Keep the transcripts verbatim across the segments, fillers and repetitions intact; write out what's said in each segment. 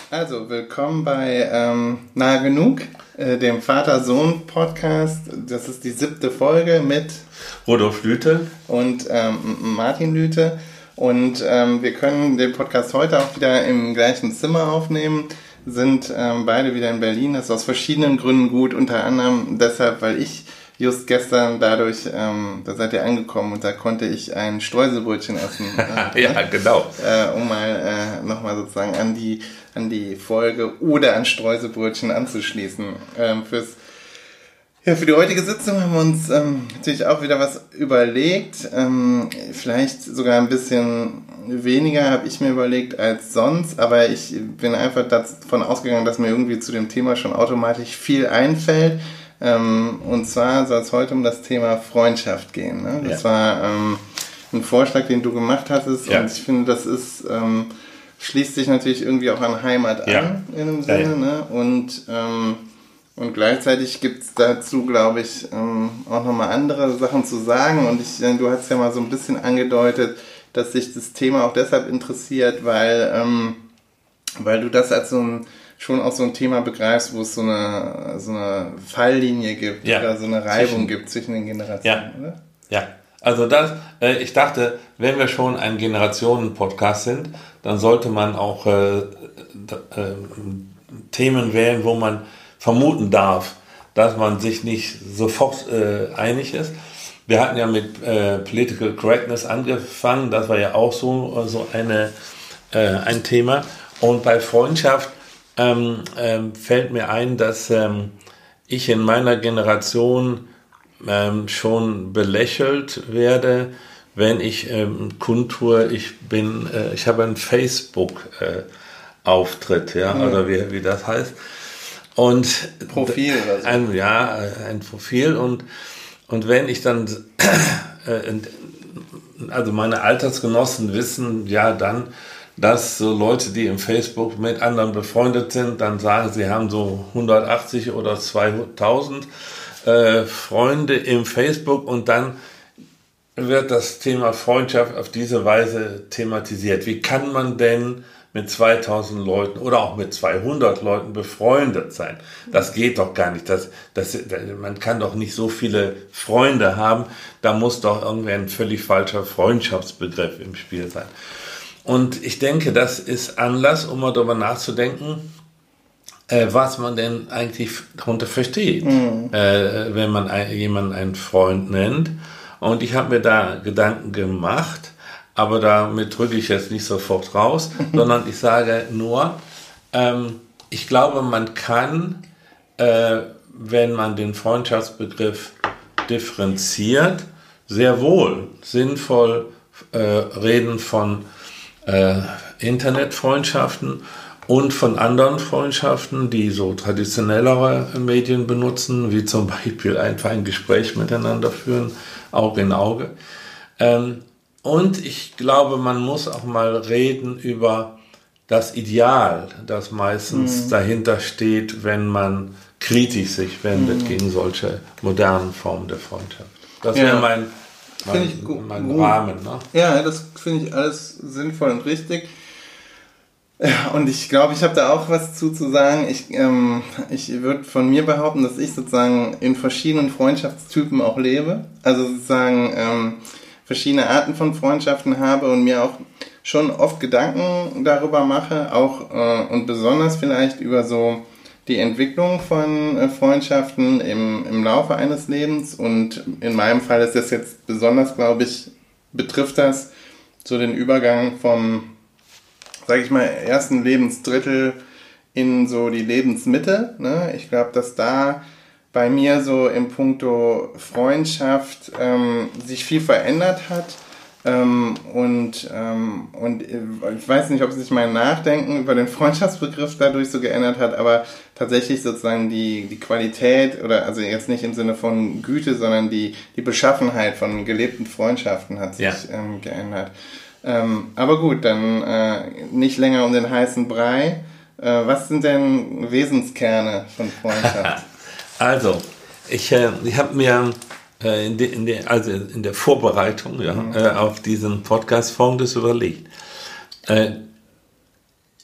Also, willkommen bei ähm, Nah Genug, äh, dem Vater-Sohn-Podcast. Das ist die siebte Folge mit Rudolf Lüthe und ähm, Martin Lüthe. Und ähm, wir können den Podcast heute auch wieder im gleichen Zimmer aufnehmen. Sind ähm, beide wieder in Berlin. Das ist aus verschiedenen Gründen gut. Unter anderem deshalb, weil ich just gestern dadurch, ähm, da seid ihr angekommen und da konnte ich ein Streuselbrötchen essen. Äh, ja, genau. Äh, um mal äh, nochmal sozusagen an die, an die Folge oder an Streuselbrötchen anzuschließen. Ähm, fürs, ja, für die heutige Sitzung haben wir uns ähm, natürlich auch wieder was überlegt. Ähm, vielleicht sogar ein bisschen weniger habe ich mir überlegt als sonst, aber ich bin einfach davon ausgegangen, dass mir irgendwie zu dem Thema schon automatisch viel einfällt. Ähm, und zwar soll es heute um das Thema Freundschaft gehen. Ne? Das ja. war ähm, ein Vorschlag, den du gemacht hattest, ja. und ich finde, das ist ähm, schließt sich natürlich irgendwie auch an Heimat an, ja. in dem Sinne. Ja, ja. Ne? Und, ähm, und gleichzeitig gibt es dazu, glaube ich, ähm, auch nochmal andere Sachen zu sagen. Und ich, du hast ja mal so ein bisschen angedeutet, dass sich das Thema auch deshalb interessiert, weil, ähm, weil du das als so ein schon auch so ein Thema begreifst, wo es so eine, so eine Falllinie gibt, ja, oder so eine Reibung zwischen, gibt zwischen den Generationen, ja, oder? Ja, also das, äh, ich dachte, wenn wir schon ein Generationen-Podcast sind, dann sollte man auch äh, äh, Themen wählen, wo man vermuten darf, dass man sich nicht sofort äh, einig ist. Wir hatten ja mit äh, Political Correctness angefangen, das war ja auch so, so eine, äh, ein Thema. Und bei Freundschaft Ähm, ähm, fällt mir ein, dass ähm, ich in meiner Generation ähm, schon belächelt werde, wenn ich ähm, kundtue, ich bin, äh, ich habe einen Facebook-Auftritt, äh, ja, mhm. oder wie, wie das heißt. Und Profil oder so. Ein, ja, ein Profil und, und wenn ich dann, äh, also meine Altersgenossen wissen ja dann, dass so Leute, die im Facebook mit anderen befreundet sind, dann sagen, sie haben so hundertachtzig oder zweitausend äh, Freunde im Facebook und dann wird das Thema Freundschaft auf diese Weise thematisiert. Wie kann man denn mit zweitausend Leuten oder auch mit zweihundert Leuten befreundet sein? Das geht doch gar nicht. Das, das, man kann doch nicht so viele Freunde haben. Da muss doch irgendwie ein völlig falscher Freundschaftsbegriff im Spiel sein. Und ich denke, das ist Anlass, um mal darüber nachzudenken, äh, was man denn eigentlich darunter versteht, mhm. äh, wenn man ein, jemanden einen Freund nennt. Und ich habe mir da Gedanken gemacht, aber damit drücke ich jetzt nicht sofort raus, sondern ich sage nur, ähm, ich glaube, man kann, äh, wenn man den Freundschaftsbegriff differenziert, sehr wohl sinnvoll äh, reden von Äh, Internetfreundschaften und von anderen Freundschaften, die so traditionellere Medien benutzen, wie zum Beispiel einfach ein Gespräch miteinander führen, Auge in Auge. Ähm, und ich glaube, man muss auch mal reden über das Ideal, das meistens mhm. dahinter steht, wenn man kritisch sich wendet mhm. gegen solche modernen Formen der Freundschaft. Das ja. wäre mein Finde ich gut. Mein Rahmen, ne? Ja, das finde ich alles sinnvoll und richtig. Und ich glaube, ich habe da auch was zu, zu sagen. Ich, ähm, ich würde von mir behaupten, dass ich sozusagen in verschiedenen Freundschaftstypen auch lebe. Also sozusagen ähm, verschiedene Arten von Freundschaften habe und mir auch schon oft Gedanken darüber mache, auch äh, und besonders vielleicht über so die Entwicklung von äh, Freundschaften im, im Laufe eines Lebens. Und in meinem Fall ist das jetzt besonders, glaube ich, betrifft das so den Übergang vom, sage ich mal, ersten Lebensdrittel in so die Lebensmitte. Ne? Ich glaube, dass da bei mir so im Puncto Freundschaft ähm, sich viel verändert hat. Ähm, und, ähm, und ich weiß nicht, ob sich mein Nachdenken über den Freundschaftsbegriff dadurch so geändert hat, aber tatsächlich sozusagen die, die Qualität, oder also jetzt nicht im Sinne von Güte, sondern die, die Beschaffenheit von gelebten Freundschaften hat sich ja. ähm, geändert. Ähm, aber gut, dann äh, nicht länger um den heißen Brei. Äh, was sind denn Wesenskerne von Freundschaft? Also, ich, äh, ich habe mir In, de, in, de, also in der Vorbereitung ja, mhm. äh, auf diesen Podcast folgendes überlegt. Äh,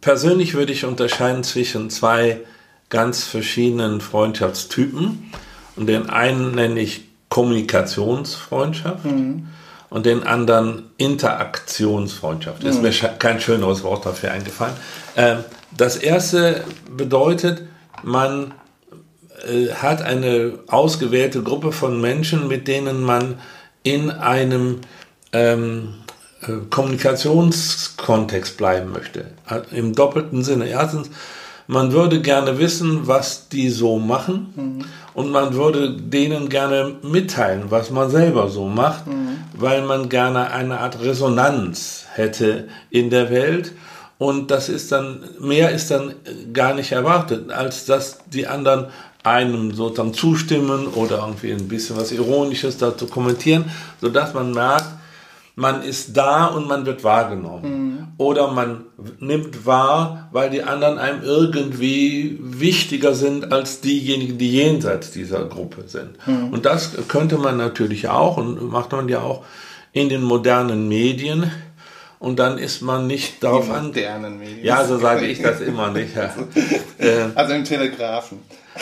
persönlich würde ich unterscheiden zwischen zwei ganz verschiedenen Freundschaftstypen. Und den einen nenne ich Kommunikationsfreundschaft mhm. und den anderen Interaktionsfreundschaft. Mhm. Ist mir kein schöneres Wort dafür eingefallen. Ähm, das erste bedeutet, man äh, hat eine ausgewählte Gruppe von Menschen, mit denen man in einem ähm, äh, Kommunikationskontext bleiben möchte. Im doppelten Sinne. Erstens, man würde gerne wissen, was die so machen mhm. und man würde denen gerne mitteilen, was man selber so macht, mhm. weil man gerne eine Art Resonanz hätte in der Welt. Und das ist dann, mehr ist dann gar nicht erwartet, als dass die anderen einem sozusagen zustimmen oder irgendwie ein bisschen was Ironisches dazu kommentieren, sodass man merkt, man ist da und man wird wahrgenommen. Mhm. Oder man nimmt wahr, weil die anderen einem irgendwie wichtiger sind als diejenigen, die jenseits dieser Gruppe sind. Mhm. Und das könnte man natürlich auch und macht man ja auch in den modernen Medien. Und dann ist man nicht darauf an. Modernen Medien. Ja, so sage ich das immer nicht. Ja. Also im Telegrafen.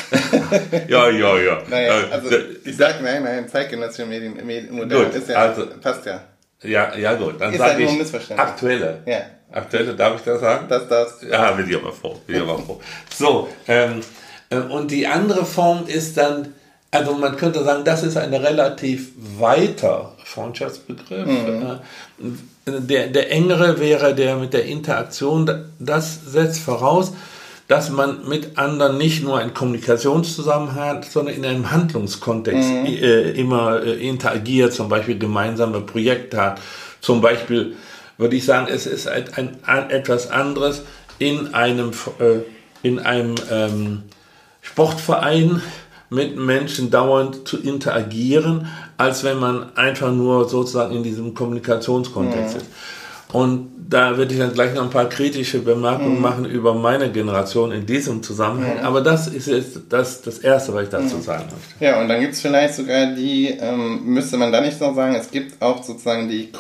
ja, ja, ja. Naja, also ich sage, nein, nein, zeitgenössische Medien, Medien modern gut, ist ja, also, passt ja. Ja, ja gut, dann sage ich aktuelle. Ja. Aktuelle, darf ich das sagen? Das darfst du. Ja, bin ich aber froh. Bin ich aber froh. So, ähm, und die andere Form ist dann, also man könnte sagen, das ist ein relativ weiter Freundschaftsbegriff. Mhm. Der, der engere wäre der mit der Interaktion. Das setzt voraus, dass man mit anderen nicht nur einen Kommunikationszusammenhang hat, sondern in einem Handlungskontext mhm. äh, immer äh, interagiert, zum Beispiel gemeinsame Projekte hat. Zum Beispiel würde ich sagen, es ist ein, ein, ein etwas anderes in einem, äh, in einem ähm, Sportverein mit Menschen dauernd zu interagieren, als wenn man einfach nur sozusagen in diesem Kommunikationskontext mhm. ist. Und da würde ich dann gleich noch ein paar kritische Bemerkungen mhm. machen über meine Generation in diesem Zusammenhang. Mhm. Aber das ist jetzt das, das Erste, was ich dazu mhm. sagen möchte. Ja, und dann gibt es vielleicht sogar die, ähm, müsste man da nicht noch sagen, es gibt auch sozusagen die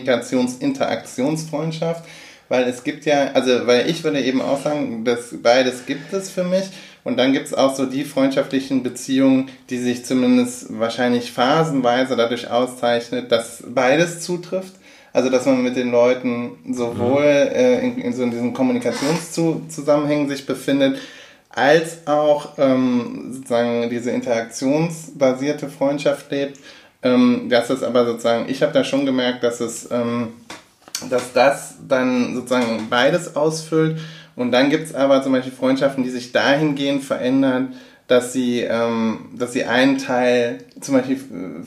Kommunikations-Interaktionsfreundschaft, weil es gibt ja, also weil ich würde eben auch sagen, dass beides gibt es für mich. Und dann gibt es auch so die freundschaftlichen Beziehungen, die sich zumindest wahrscheinlich phasenweise dadurch auszeichnet, dass beides zutrifft. Also, dass man mit den Leuten sowohl äh, in, in so in diesen Kommunikationszusammenhängen sich befindet, als auch ähm, sozusagen diese interaktionsbasierte Freundschaft lebt. Ähm, das ist aber sozusagen, ich habe da schon gemerkt, dass es, ähm, dass das dann sozusagen beides ausfüllt. Und dann gibt es aber zum Beispiel Freundschaften, die sich dahingehend verändern, dass sie, ähm, dass sie einen Teil zum Beispiel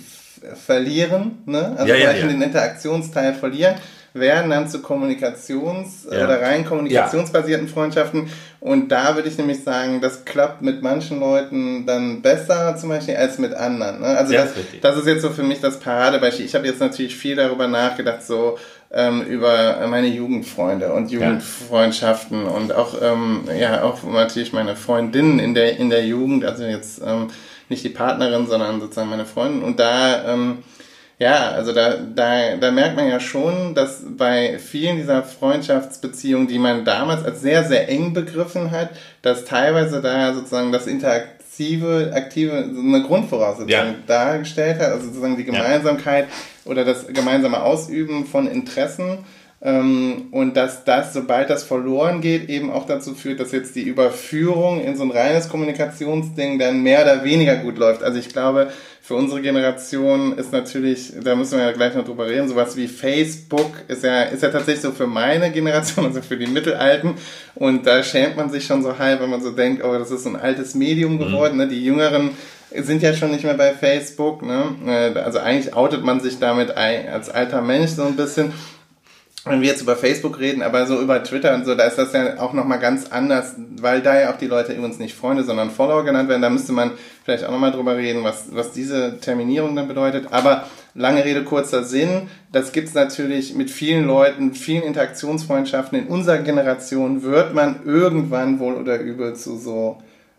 verlieren, ne? Also ja, ja, vielleicht ja. den Interaktionsteil verlieren, werden dann zu Kommunikations- ja. oder rein kommunikationsbasierten ja. Freundschaften. Und da würde ich nämlich sagen, das klappt mit manchen Leuten dann besser zum Beispiel als mit anderen. Ne? Also ja, das, das ist jetzt so für mich das Paradebeispiel. Ich habe jetzt natürlich viel darüber nachgedacht, so ähm, über meine Jugendfreunde und Jugendfreundschaften ja. und auch ähm, ja auch natürlich meine Freundinnen in der in der Jugend, also jetzt ähm, nicht die Partnerin, sondern sozusagen meine Freundin. Und da, ähm, ja, also da, da, da merkt man ja schon, dass bei vielen dieser Freundschaftsbeziehungen, die man damals als sehr, sehr eng begriffen hat, dass teilweise da sozusagen das interaktive, aktive, so eine Grundvoraussetzung ja. dargestellt hat, also sozusagen die Gemeinsamkeit ja. oder das gemeinsame Ausüben von Interessen. Ähm, und dass das, sobald das verloren geht, eben auch dazu führt, dass jetzt die Überführung in so ein reines Kommunikationsding dann mehr oder weniger gut läuft. Also ich glaube, für unsere Generation ist natürlich, da müssen wir ja gleich noch drüber reden, sowas wie Facebook ist ja, ist ja tatsächlich so für meine Generation, also für die Mittelalten. Und da schämt man sich schon so halb, wenn man so denkt, oh, das ist so ein altes Medium geworden, mhm. ne? Die Jüngeren sind ja schon nicht mehr bei Facebook, ne? Also eigentlich outet man sich damit als alter Mensch so ein bisschen. Wenn wir jetzt über Facebook reden, aber so über Twitter und so, da ist das ja auch nochmal ganz anders, weil da ja auch die Leute übrigens nicht Freunde, sondern Follower genannt werden. Da müsste man vielleicht auch nochmal drüber reden, was, was diese Terminierung dann bedeutet. Aber lange Rede, kurzer Sinn, das gibt's natürlich mit vielen Leuten, vielen Interaktionsfreundschaften. In unserer Generation wird man irgendwann wohl oder übel zu so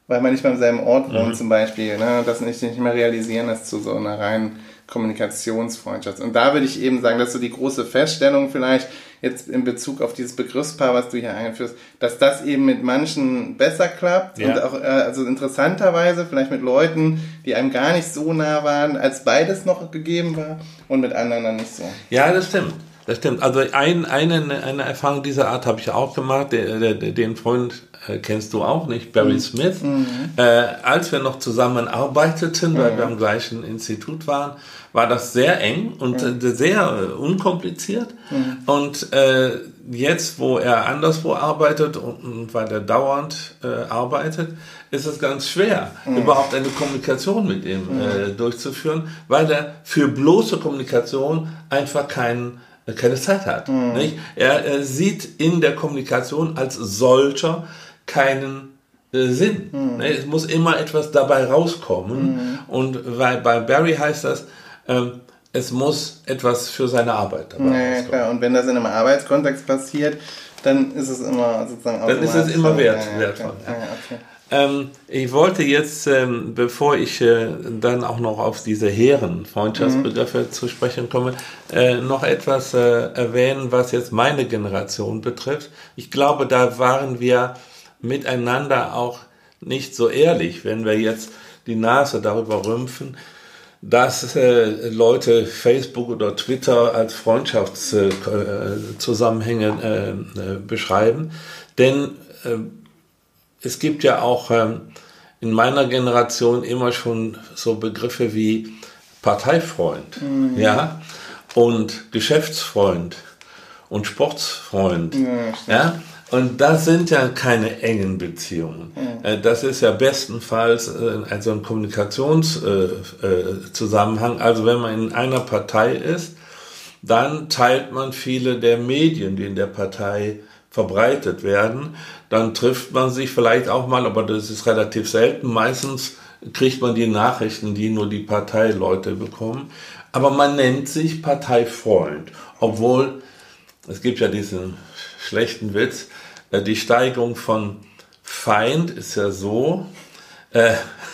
weil man nicht mal im selben Ort wohnt mhm. zum Beispiel, ne? Das nicht, nicht mehr realisieren ist zu so einer reinen Kommunikationsfreundschaft. Und da würde ich eben sagen, dass so die große Feststellung vielleicht jetzt in Bezug auf dieses Begriffspaar, was du hier einführst, dass das eben mit manchen besser klappt ja. und auch äh, also interessanterweise vielleicht mit Leuten, die einem gar nicht so nah waren, als beides noch gegeben war und mit anderen dann nicht so. Ja, das stimmt. Das stimmt. Also ein, eine, eine Erfahrung dieser Art habe ich auch gemacht. Den, den Freund äh, kennst du auch nicht, Barry mhm. Smith. Mhm. Äh, als wir noch zusammen arbeiteten, mhm. weil wir am gleichen Institut waren, war das sehr eng und mhm. äh, sehr äh, unkompliziert. Mhm. Und äh, jetzt, wo er anderswo arbeitet und, und weil er dauernd äh, arbeitet, ist es ganz schwer, mhm. überhaupt eine Kommunikation mit ihm mhm. äh, durchzuführen, weil er für bloße Kommunikation einfach keinen keine Zeit hat. Mhm. Nicht? Er, er sieht in der Kommunikation als solcher keinen äh, Sinn. Mhm. Ne? Es muss immer etwas dabei rauskommen. Mhm. Und weil, bei Barry heißt das, ähm, es muss etwas für seine Arbeit dabei rauskommen. Ja, klar. Und wenn das in einem Arbeitskontext passiert, dann ist es immer sozusagen Dann ist es immer wert, ja, ja, wertvoll. Okay. Ja, okay. Ähm, ich wollte jetzt, ähm, bevor ich äh, dann auch noch auf diese hehren Freundschaftsbegriffe mhm. zu sprechen komme, äh, noch etwas äh, erwähnen, was jetzt meine Generation betrifft. Ich glaube, da waren wir miteinander auch nicht so ehrlich, wenn wir jetzt die Nase darüber rümpfen, dass äh, Leute Facebook oder Twitter als Freundschaftszusammenhänge äh, äh, beschreiben. Denn äh, es gibt ja auch ähm, in meiner Generation immer schon so Begriffe wie Parteifreund, mhm. ja, und Geschäftsfreund und Sportsfreund, ja, ja, und das sind ja keine engen Beziehungen. Mhm. Äh, das ist ja bestenfalls äh, also ein Kommunikationszusammenhang. Äh, äh, also wenn man in einer Partei ist, dann teilt man viele der Medien, die in der Partei verbreitet werden, dann trifft man sich vielleicht auch mal, aber das ist relativ selten. Meistens kriegt man die Nachrichten, die nur die Parteileute bekommen. Aber man nennt sich Parteifreund, obwohl, es gibt ja diesen schlechten Witz, die Steigerung von Feind ist ja so, äh,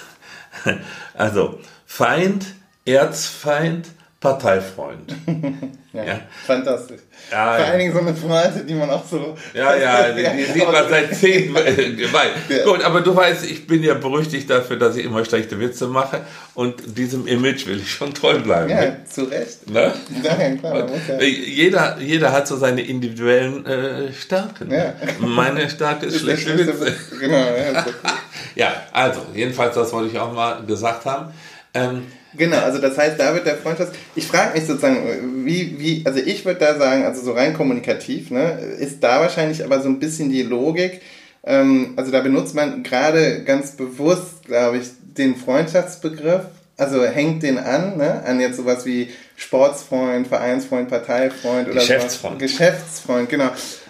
also Feind, Erzfeind, Parteifreund. ja, ja, fantastisch. Ja, Vor allen Dingen so eine Phrase, die man auch so... Ja, ja, die, die sieht man seit zehn Jahren. Ja. Gut, aber du weißt, ich bin ja berüchtigt dafür, dass ich immer schlechte Witze mache und diesem Image will ich schon treu bleiben. Ja, ne? Zu Recht. Ne? Ja, klar. Ja. Jeder, jeder hat so seine individuellen äh, Stärken. Ja. Meine Stärke ist, ist schlechte Witze. Genau, ja, ist ja, also, jedenfalls, das wollte ich auch mal gesagt haben. Ähm, Genau, also das heißt, da wird der Freundschaft, ich frage mich sozusagen, wie, wie, also ich würde da sagen, also so rein kommunikativ, ne, ist da wahrscheinlich aber so ein bisschen die Logik, ähm, also da benutzt man gerade ganz bewusst, glaube ich, den Freundschaftsbegriff, also hängt den an, ne, an jetzt sowas wie Sportsfreund, Vereinsfreund, Parteifreund oder Geschäftsfreund. Sowas. Geschäftsfreund, genau.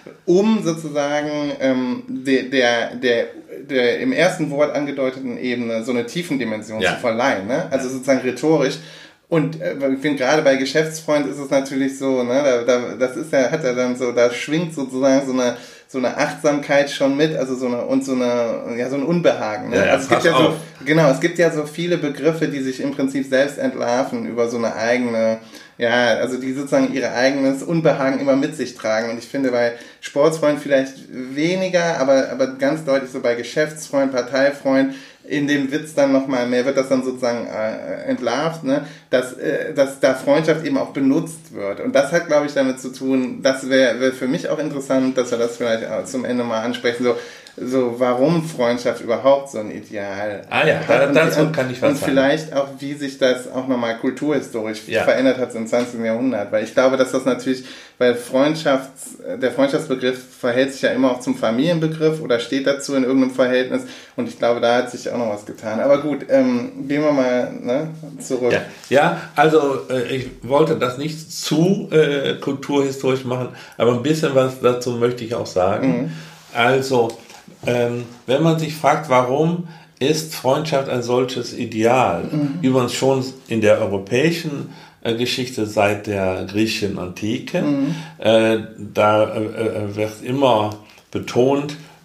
Um sozusagen ähm, der, der, der, der im ersten Wort angedeuteten Ebene so eine Tiefendimension ja. zu verleihen, ne? Also sozusagen rhetorisch. Und äh, ich finde, gerade bei Geschäftsfreund ist es natürlich so, ne, da, da, das ist ja, hat er dann so, da schwingt sozusagen so eine, so eine Achtsamkeit schon mit, also so eine, und so eine, ja, so ein Unbehagen, ne? Ja, ja, also es gibt ja so, genau, es gibt ja so viele Begriffe, die sich im Prinzip selbst entlarven über so eine eigene, ja, also die sozusagen ihr eigenes Unbehagen immer mit sich tragen. Und ich finde bei Sportsfreund vielleicht weniger, aber, aber ganz deutlich so bei Geschäftsfreund, Parteifreund, in dem Witz dann nochmal mehr wird das dann sozusagen äh, entlarvt, ne? dass, äh, dass da Freundschaft eben auch benutzt wird. Und das hat, glaube ich, damit zu tun, das wäre wär für mich auch interessant, dass wir das vielleicht zum Ende mal ansprechen, so, so warum Freundschaft überhaupt so ein Ideal ah ja, hat. Und, dazu kann ich was und sagen. Vielleicht auch, wie sich das auch nochmal kulturhistorisch ja. verändert hat im zwanzigsten Jahrhundert. Weil ich glaube, dass das natürlich, weil Freundschafts, der Freundschaftsbegriff verhält sich ja immer auch zum Familienbegriff oder steht dazu in irgendeinem Verhältnis. Und ich glaube, da hat sich auch noch was getan. Aber gut, ähm, gehen wir mal ne, zurück. Ja, ja also äh, ich wollte das nicht zu äh, kulturhistorisch machen, aber ein bisschen was dazu möchte ich auch sagen. Mhm. Also, ähm, wenn man sich fragt, warum ist Freundschaft ein solches Ideal? Mhm. Übrigens schon in der europäischen äh, Geschichte seit der griechischen Antike. Mhm. Äh, da äh, wird immer betont,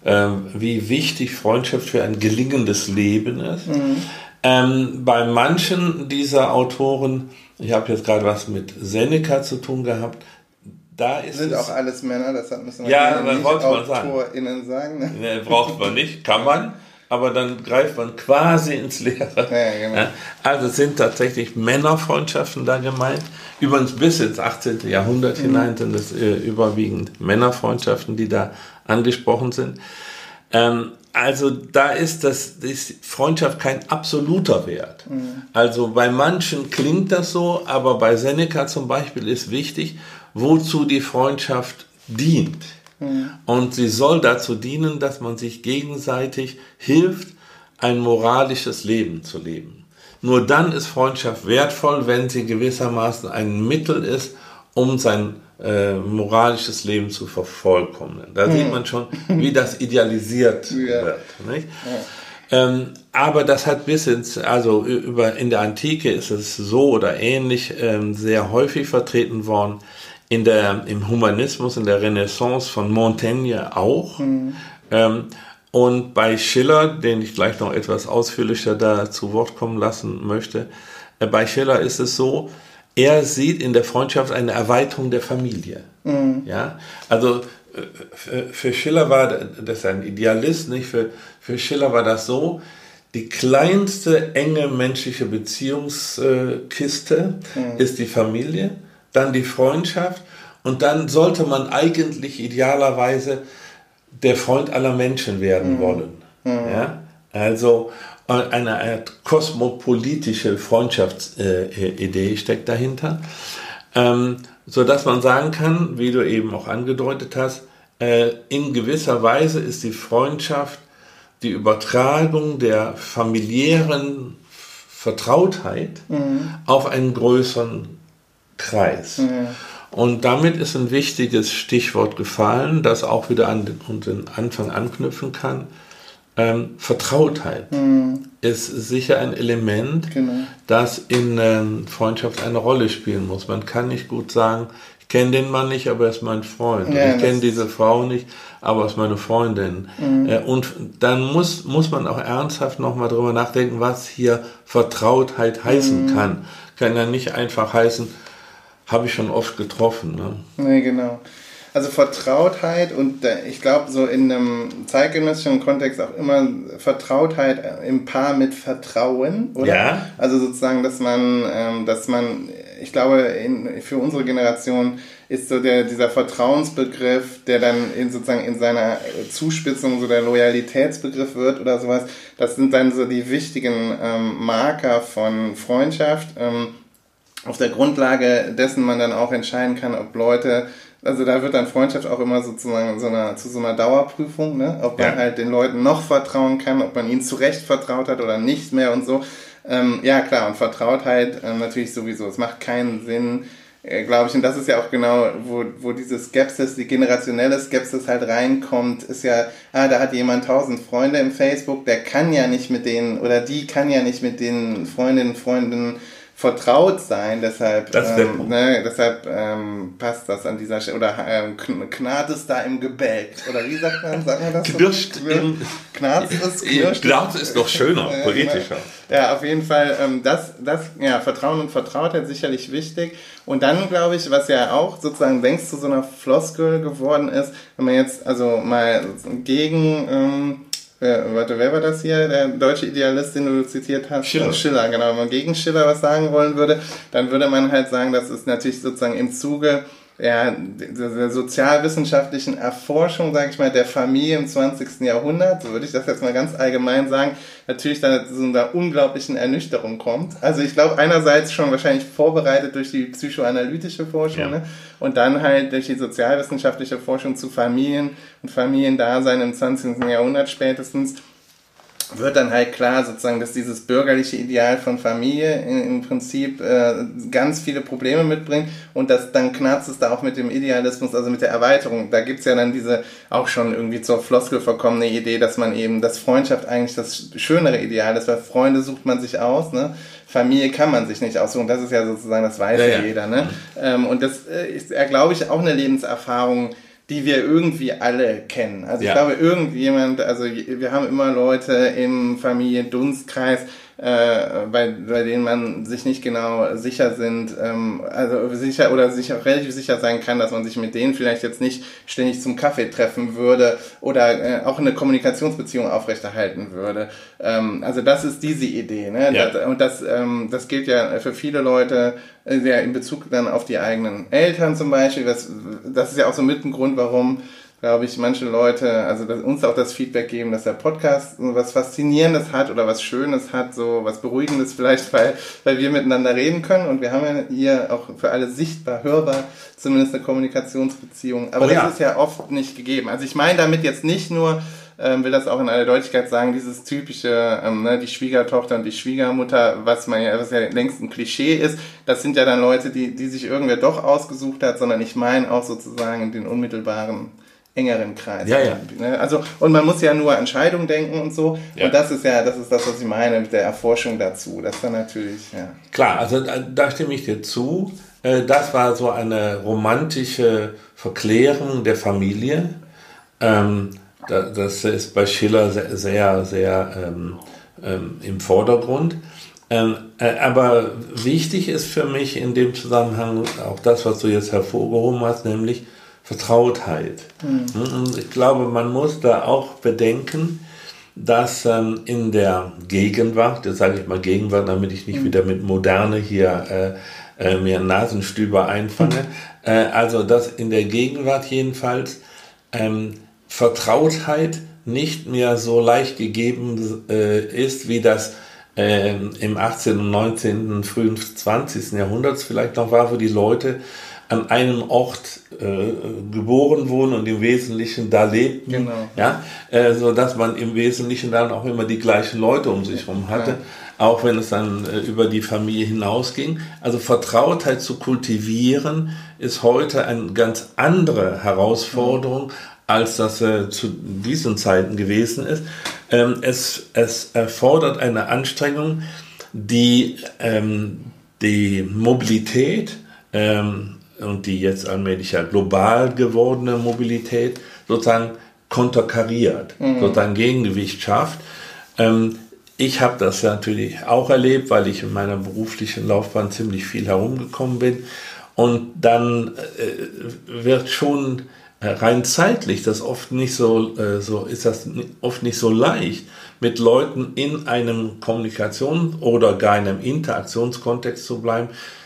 ähm, wie wichtig Freundschaft für ein gelingendes Leben ist. Mhm. Ähm, bei manchen dieser Autoren, ich habe jetzt gerade was mit Seneca zu tun gehabt, da ist sind es, auch alles Männer, das müssen wir ja, nicht AutorInnen sagen. sagen ne? Ne, braucht man nicht, kann man, aber dann greift man quasi ins Leere. Ja, genau. Also sind tatsächlich Männerfreundschaften da gemeint. Übrigens bis ins achtzehnten. Jahrhundert mhm. hinein sind es äh, überwiegend Männerfreundschaften, die da angesprochen sind. Ähm, also da ist das ist Freundschaft kein absoluter Wert. Mhm. Also bei manchen klingt das so, aber bei Seneca zum Beispiel ist wichtig, wozu die Freundschaft dient. Mhm. Und sie soll dazu dienen, dass man sich gegenseitig hilft, ein moralisches Leben zu leben. Nur dann ist Freundschaft wertvoll, wenn sie gewissermaßen ein Mittel ist, um sein äh, moralisches Leben zu vervollkommnen. Da mhm. sieht man schon, wie das idealisiert ja. wird. Nicht? Ja. Ähm, aber das hat bis ins, also über, in der Antike ist es so oder ähnlich ähm, sehr häufig vertreten worden. In der, im Humanismus, in der Renaissance von Montaigne auch. Mhm. Ähm, und bei Schiller, den ich gleich noch etwas ausführlicher da zu Wort kommen lassen möchte, äh, bei Schiller ist es so, er sieht in der Freundschaft eine Erweiterung der Familie. Mhm. Ja? Also äh, für, für Schiller war, das ist ein Idealist, nicht? Für, für Schiller war das so, die kleinste enge menschliche Beziehungskiste mhm. ist die Familie, dann die Freundschaft und dann sollte man eigentlich idealerweise der Freund aller Menschen werden mhm. wollen. Mhm. Ja? Also eine Art kosmopolitische Freundschaftsidee steckt dahinter, ähm, sodass man sagen kann, wie du eben auch angedeutet hast, äh, in gewisser Weise ist die Freundschaft die Übertragung der familiären Vertrautheit mhm. auf einen größeren Kreis. Mhm. Und damit ist ein wichtiges Stichwort gefallen, das auch wieder an den Anfang anknüpfen kann. Ähm, Vertrautheit mhm. ist sicher ein Element, genau. das in ähm, Freundschaft eine Rolle spielen muss. Man kann nicht gut sagen, ich kenne den Mann nicht, aber er ist mein Freund. Ja, ich kenne diese Frau nicht, aber er ist meine Freundin. Mhm. Äh, und dann muss, muss man auch ernsthaft nochmal drüber nachdenken, was hier Vertrautheit heißen mhm. kann. Kann ja nicht einfach heißen, habe ich schon oft getroffen. Ne? Nee, genau. Also Vertrautheit und ich glaube so in einem zeitgenössischen Kontext auch immer Vertrautheit im Paar mit Vertrauen, oder? Ja. Also sozusagen, dass man, dass man, ich glaube, in, für unsere Generation ist so der, dieser Vertrauensbegriff, der dann in sozusagen in seiner Zuspitzung so der Loyalitätsbegriff wird oder sowas. Das sind dann so die wichtigen ähm, Marker von Freundschaft, ähm, auf der Grundlage dessen man dann auch entscheiden kann, ob Leute, also da wird dann Freundschaft auch immer sozusagen so einer, zu so einer Dauerprüfung, ne? Ob man ja. halt den Leuten noch vertrauen kann, ob man ihnen zu Recht vertraut hat oder nicht mehr und so. Ähm, ja klar, und Vertrautheit äh, natürlich sowieso. Es macht keinen Sinn, äh, glaube ich, und das ist ja auch genau, wo, wo diese Skepsis, die generationelle Skepsis halt reinkommt, ist ja, ah, da hat jemand tausend Freunde im Facebook, der kann ja nicht mit denen, oder die kann ja nicht mit den Freundinnen, Freunden vertraut sein, deshalb, ähm, ne, deshalb ähm, passt das an dieser Stelle, oder ähm, knarrt es da im Gebälk, oder wie sagt man, sagt man das? Knirscht so? im... Knarrt es, knirscht Knarrt ist noch schöner, äh, poetischer. Ja, auf jeden Fall, ähm, das, das, ja, Vertrauen und Vertrautheit sicherlich wichtig. Und dann, glaube ich, was ja auch sozusagen längst zu so einer Floskel geworden ist, wenn man jetzt also mal gegen... Ähm, Ja, warte, wer war das hier? Der deutsche Idealist, den du zitiert hast? Schiller. Schiller, genau. Wenn man gegen Schiller was sagen wollen würde, dann würde man halt sagen, das ist natürlich sozusagen im Zuge ja, der sozialwissenschaftlichen Erforschung, sage ich mal, der Familie im zwanzigsten Jahrhundert, so würde ich das jetzt mal ganz allgemein sagen, natürlich dann zu so einer unglaublichen Ernüchterung kommt. Also ich glaube, einerseits schon wahrscheinlich vorbereitet durch die psychoanalytische Forschung, ja. ne? Und dann halt durch die sozialwissenschaftliche Forschung zu Familien und Familiendasein im zwanzigsten Jahrhundert spätestens, wird dann halt klar sozusagen, dass dieses bürgerliche Ideal von Familie in, im Prinzip äh, ganz viele Probleme mitbringt und das, dann knarzt es da auch mit dem Idealismus, also mit der Erweiterung. Da gibt's ja dann diese auch schon irgendwie zur Floskel verkommene Idee, dass man eben, dass Freundschaft eigentlich das schönere Ideal ist, weil Freunde sucht man sich aus, ne? Familie kann man sich nicht aussuchen, das ist ja sozusagen, das weiß ja, ja. jeder, ne? Ähm, und das äh, ist ja, glaube ich, auch eine Lebenserfahrung, die wir irgendwie alle kennen. Also ich Ja. glaube, irgendjemand, also wir haben immer Leute im Familiendunstkreis, äh, bei, bei denen man sich nicht genau sicher sind, ähm, also sicher oder sich auch relativ sicher sein kann, dass man sich mit denen vielleicht jetzt nicht ständig zum Kaffee treffen würde oder äh, auch eine Kommunikationsbeziehung aufrechterhalten würde. Ähm, also das ist diese Idee, ne? Ja. Das, und das, ähm, das gilt ja für viele Leute, äh, ja, in Bezug dann auf die eigenen Eltern zum Beispiel. Das, das ist ja auch so mit ein Grund, warum, glaube ich, manche Leute, also das, uns auch das Feedback geben, dass der Podcast was Faszinierendes hat oder was Schönes hat, so was Beruhigendes vielleicht, weil, weil wir miteinander reden können und wir haben ja hier auch für alle sichtbar, hörbar zumindest eine Kommunikationsbeziehung. Aber Oh ja. das ist ja oft nicht gegeben. Also ich meine damit jetzt nicht nur, ähm, will das auch in aller Deutlichkeit sagen, dieses typische, ähm, ne, die Schwiegertochter und die Schwiegermutter, was man ja, was ja längst ein Klischee ist, das sind ja dann Leute, die, die sich irgendwer doch ausgesucht hat, sondern ich meine auch sozusagen den unmittelbaren engeren Kreis. Ja, ja. Ne? Also, und man muss ja nur an Scheidung denken und so. Ja. Und das ist ja, das ist das, was ich meine mit der Erforschung dazu. Das ist dann natürlich, ja. Klar, also da, da stimme ich dir zu. Äh, Das war so eine romantische Verklärung der Familie. Ähm, da- Das ist bei Schiller sehr, sehr, sehr ähm, ähm, im Vordergrund. Ähm, äh, aber wichtig ist für mich in dem Zusammenhang auch das, was du jetzt hervorgehoben hast, nämlich Vertrautheit. Und ich glaube, man muss da auch bedenken, dass ähm, in der Gegenwart, jetzt sage ich mal Gegenwart, damit ich nicht wieder mit Moderne hier äh, äh, mir einen Nasenstüber einfange, äh, also dass in der Gegenwart jedenfalls ähm, Vertrautheit nicht mehr so leicht gegeben äh, ist, wie das äh, im achtzehnten und neunzehnten, frühen zwanzigsten Jahrhunderts vielleicht noch war, wo die Leute an einem Ort äh, geboren wurden und im Wesentlichen da lebten, Genau. ja, äh, so dass man im Wesentlichen dann auch immer die gleichen Leute um sich herum hatte, Ja. auch wenn es dann äh, über die Familie hinausging. Also Vertrautheit zu kultivieren ist heute eine ganz andere Herausforderung, als das äh, zu diesen Zeiten gewesen ist. Ähm, es, es erfordert eine Anstrengung, die ähm, die Mobilität ähm, und die jetzt allmählich ja global gewordene Mobilität sozusagen konterkariert, mhm. sozusagen Gegengewicht schafft. Ähm, ich habe das ja natürlich auch erlebt, weil ich in meiner beruflichen Laufbahn ziemlich viel herumgekommen bin. Und dann äh, wird schon äh, rein zeitlich das oft nicht so, äh, so ist das oft nicht so leicht, mit Leuten in einem Kommunikations- oder gar in einem Interaktionskontext zu bleiben,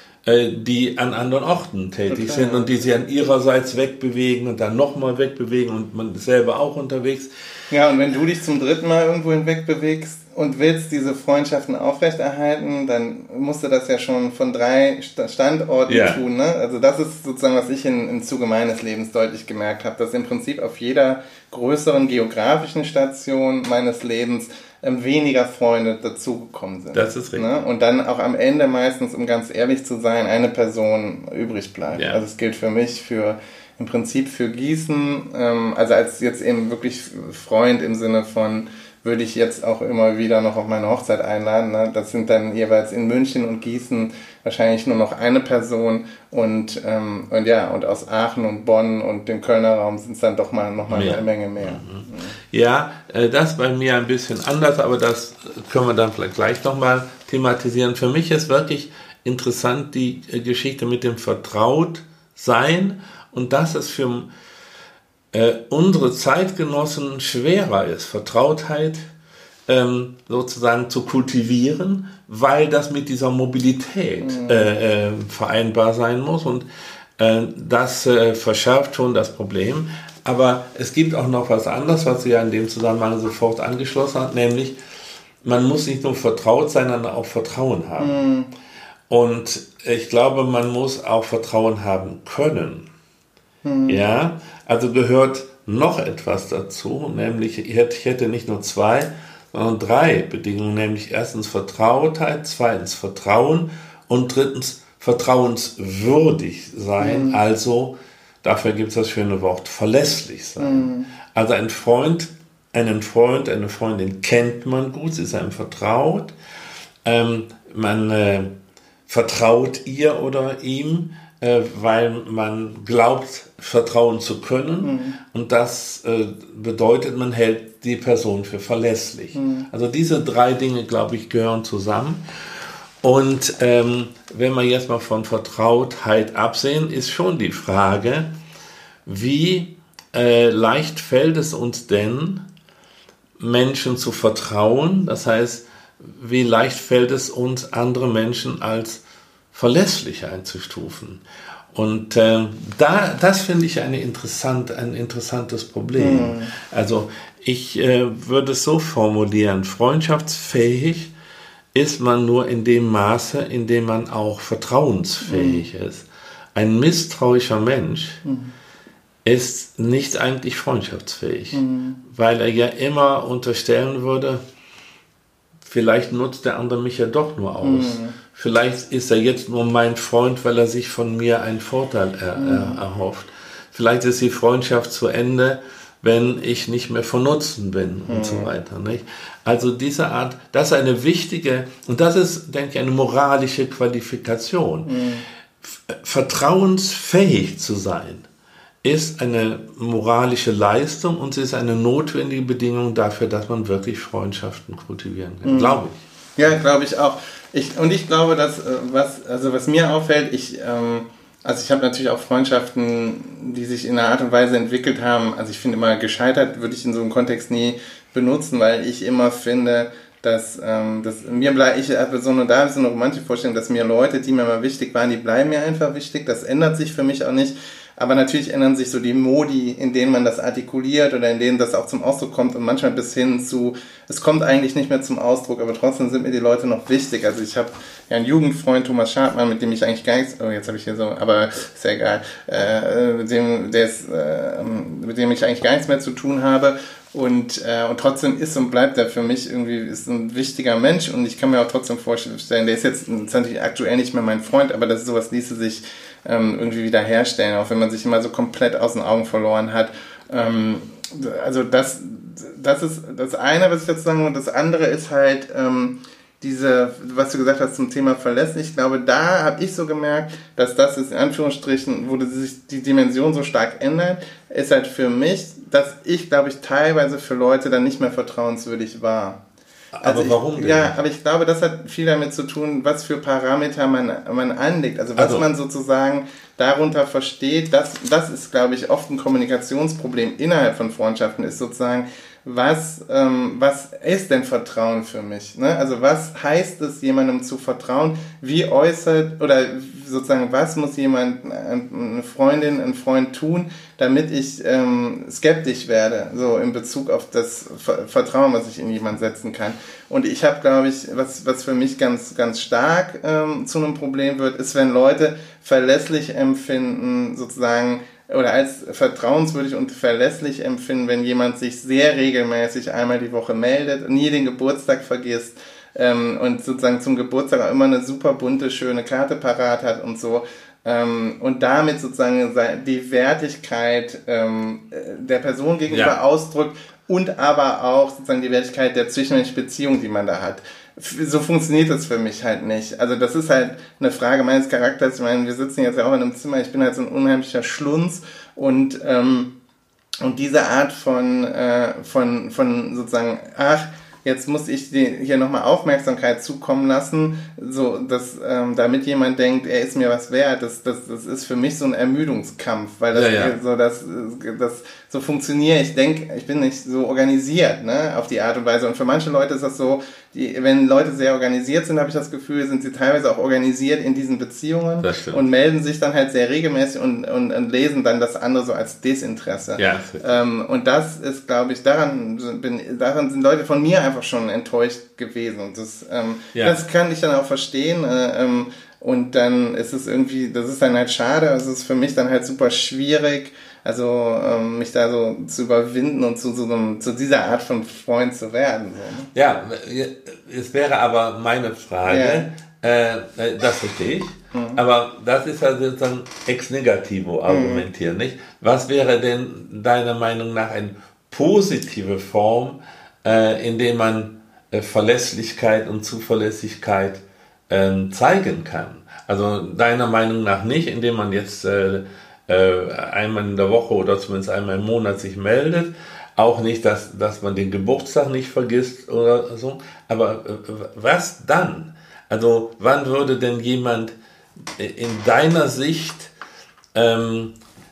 die an anderen Orten tätig Okay. sind und die sich an ihrerseits wegbewegen und dann nochmal wegbewegen und man ist selber auch unterwegs. Ja, und wenn du dich zum dritten Mal irgendwo hinweg bewegst und willst diese Freundschaften aufrechterhalten, dann musst du das ja schon von drei St- Standorten Ja. tun. Ne? Also das ist sozusagen, was ich in, im Zuge meines Lebens deutlich gemerkt habe, dass im Prinzip auf jeder größeren geografischen Station meines Lebens ähm, weniger Freunde dazugekommen sind. Das ist richtig. Ne? Und dann auch am Ende meistens, um ganz ehrlich zu sein, eine Person übrig bleibt. Ja. Also es gilt für mich für im Prinzip für Gießen, ähm, also als jetzt eben wirklich Freund im Sinne von, würde ich jetzt auch immer wieder noch auf meine Hochzeit einladen. Ne? Das sind dann jeweils in München und Gießen wahrscheinlich nur noch eine Person und, ähm, und ja, und aus Aachen und Bonn und dem Kölner Raum sind es dann doch mal noch mal Mehr. eine Menge mehr. Mhm. Ja, äh, das bei mir ein bisschen anders, aber das können wir dann vielleicht gleich nochmal thematisieren. Für mich ist wirklich interessant die äh, Geschichte mit dem Vertrautsein und dass es für äh, unsere Zeitgenossen schwerer ist, Vertrautheit ähm, sozusagen zu kultivieren, weil das mit dieser Mobilität mhm. äh, äh, vereinbar sein muss und äh, das äh, verschärft schon das Problem. Aber es gibt auch noch was anderes, was sie ja in dem Zusammenhang sofort angeschlossen hat, nämlich man muss nicht nur vertraut sein, sondern auch Vertrauen haben. Mhm. Und ich glaube, man muss auch Vertrauen haben können. Mhm. Ja, also gehört noch etwas dazu, nämlich ich hätte nicht nur zwei, sondern drei Bedingungen, nämlich erstens Vertrautheit, zweitens Vertrauen und drittens vertrauenswürdig sein, mhm. also dafür gibt es das schöne Wort verlässlich sein. Mhm. Also ein Freund, einen Freund, eine Freundin kennt man gut, sie ist einem vertraut, ähm, man äh, vertraut ihr oder ihm, äh, weil man glaubt, vertrauen zu können. Mhm. Und das äh, bedeutet, man hält die Person für verlässlich. Mhm. Also diese drei Dinge, glaube ich, gehören zusammen. Und ähm, wenn wir jetzt mal von Vertrautheit absehen, ist schon die Frage, wie äh, leicht fällt es uns denn, Menschen zu vertrauen? Das heißt, wie leicht fällt es uns, andere Menschen als verlässlich einzustufen? Und äh, da, das finde ich eine interessant, ein interessantes Problem. Mhm. Also ich äh, würde es so formulieren, freundschaftsfähig ist man nur in dem Maße, in dem man auch vertrauensfähig mhm. ist. Ein misstrauischer Mensch mhm. ist nicht eigentlich freundschaftsfähig, mhm. weil er ja immer unterstellen würde, vielleicht nutzt der andere mich ja doch nur aus. Mhm. Vielleicht ist er jetzt nur mein Freund, weil er sich von mir einen Vorteil er, mhm. er, erhofft. Vielleicht ist die Freundschaft zu Ende, wenn ich nicht mehr von Nutzen bin und mhm. so weiter. Nicht? Also diese Art, das ist eine wichtige, und das ist, denke ich, eine moralische Qualifikation. Mhm. Vertrauensfähig zu sein, ist eine moralische Leistung und sie ist eine notwendige Bedingung dafür, dass man wirklich Freundschaften kultivieren kann, mhm. glaube ich. Ja, glaube ich auch. Ich, und ich glaube, dass was, also was mir auffällt, ich, ähm, also ich habe natürlich auch Freundschaften, die sich in einer Art und Weise entwickelt haben. Also ich finde immer, gescheitert würde ich in so einem Kontext nie benutzen, weil ich immer finde, dass, ähm, dass mir bleibt, ich habe so eine, da habe ich so eine romantische Vorstellung, dass mir Leute, die mir mal wichtig waren, die bleiben mir einfach wichtig. Das ändert sich für mich auch nicht. Aber natürlich ändern sich so die Modi, in denen man das artikuliert oder in denen das auch zum Ausdruck kommt und manchmal bis hin zu, es kommt eigentlich nicht mehr zum Ausdruck, aber trotzdem sind mir die Leute noch wichtig. Also ich habe ja einen Jugendfreund, Thomas Schartmann, mit dem ich eigentlich gar nichts, oh jetzt habe ich hier so, aber ist ja egal, äh, mit dem, der ist, äh, mit dem ich eigentlich gar nichts mehr zu tun habe. Und, äh, und trotzdem ist und bleibt er für mich irgendwie ist ein wichtiger Mensch und ich kann mir auch trotzdem vorstellen, der ist jetzt natürlich aktuell nicht mehr mein Freund, aber das ist sowas ließe sich ähm, irgendwie wieder herstellen, auch wenn man sich immer so komplett aus den Augen verloren hat. Ähm, also das, das ist das eine, was ich dazu sagen muss. Das andere ist halt ähm, diese, was du gesagt hast zum Thema verlässlich. Ich glaube, da habe ich so gemerkt, dass das ist in Anführungsstrichen, wo sich die Dimension so stark ändert, ist halt für mich, dass ich, glaube ich, teilweise für Leute dann nicht mehr vertrauenswürdig war. Aber also ich, warum denn? Ja, aber ich glaube, das hat viel damit zu tun, was für Parameter man, man anlegt. Also was also, man sozusagen darunter versteht, das, das ist, glaube ich, oft ein Kommunikationsproblem innerhalb von Freundschaften, ist sozusagen, was, ähm, was ist denn Vertrauen für mich? Ne? Also was heißt es, jemandem zu vertrauen? Wie äußert, oder sozusagen, was muss jemand, eine Freundin, ein Freund tun, damit ich ähm, skeptisch werde, so in Bezug auf das Vertrauen, was ich in jemanden setzen kann. Und ich habe, glaube ich, was, was für mich ganz, ganz stark ähm, zu einem Problem wird, ist, wenn Leute verlässlich empfinden, sozusagen, oder als vertrauenswürdig und verlässlich empfinden, wenn jemand sich sehr regelmäßig einmal die Woche meldet, nie den Geburtstag vergisst ähm, und sozusagen zum Geburtstag auch immer eine super bunte, schöne Karte parat hat und so. Ähm, und damit sozusagen die Wertigkeit ähm, der Person gegenüber ja. ausdrückt und aber auch sozusagen die Wertigkeit der zwischenmenschlichen Beziehung, die man da hat. So funktioniert das für mich halt nicht. Also das ist halt eine Frage meines Charakters. Ich meine, wir sitzen jetzt ja auch in einem Zimmer, ich bin halt so ein unheimlicher Schlunz und ähm, und diese Art von äh, von von sozusagen, ach, jetzt muss ich dir hier nochmal Aufmerksamkeit zukommen lassen, so dass ähm, damit jemand denkt, er ist mir was wert, das, das, das ist für mich so ein Ermüdungskampf, weil das, ja, ja. so das, das so funktioniert. Ich denke, ich bin nicht so organisiert, ne, auf die Art und Weise. Und für manche Leute ist das so, die, wenn Leute sehr organisiert sind, habe ich das Gefühl, sind sie teilweise auch organisiert in diesen Beziehungen und melden sich dann halt sehr regelmäßig und, und, und lesen dann das andere so als Desinteresse. Ja, ähm, und das ist, glaube ich, daran bin, daran sind Leute von mir einfach schon enttäuscht gewesen. Und das, ähm, ja. das kann ich dann auch verstehen. Äh, ähm, und dann ist es irgendwie, das ist dann halt schade. Es ist für mich dann halt super schwierig, also ähm, mich da so zu überwinden und zu, so einem, zu dieser Art von Freund zu werden. So, ne? Ja, es wäre aber meine Frage, ja. äh, das verstehe ich, mhm. aber das ist ja sozusagen ex negativo argumentieren, mhm. nicht? Was wäre denn deiner Meinung nach eine positive Form, äh, in der man äh, Verlässlichkeit und Zuverlässigkeit äh, zeigen kann? Also deiner Meinung nach nicht, indem man jetzt äh, äh, einmal in der Woche oder zumindest einmal im Monat sich meldet. Auch nicht, dass, dass man den Geburtstag nicht vergisst oder so. Aber äh, was dann? Also wann würde denn jemand in deiner Sicht ähm,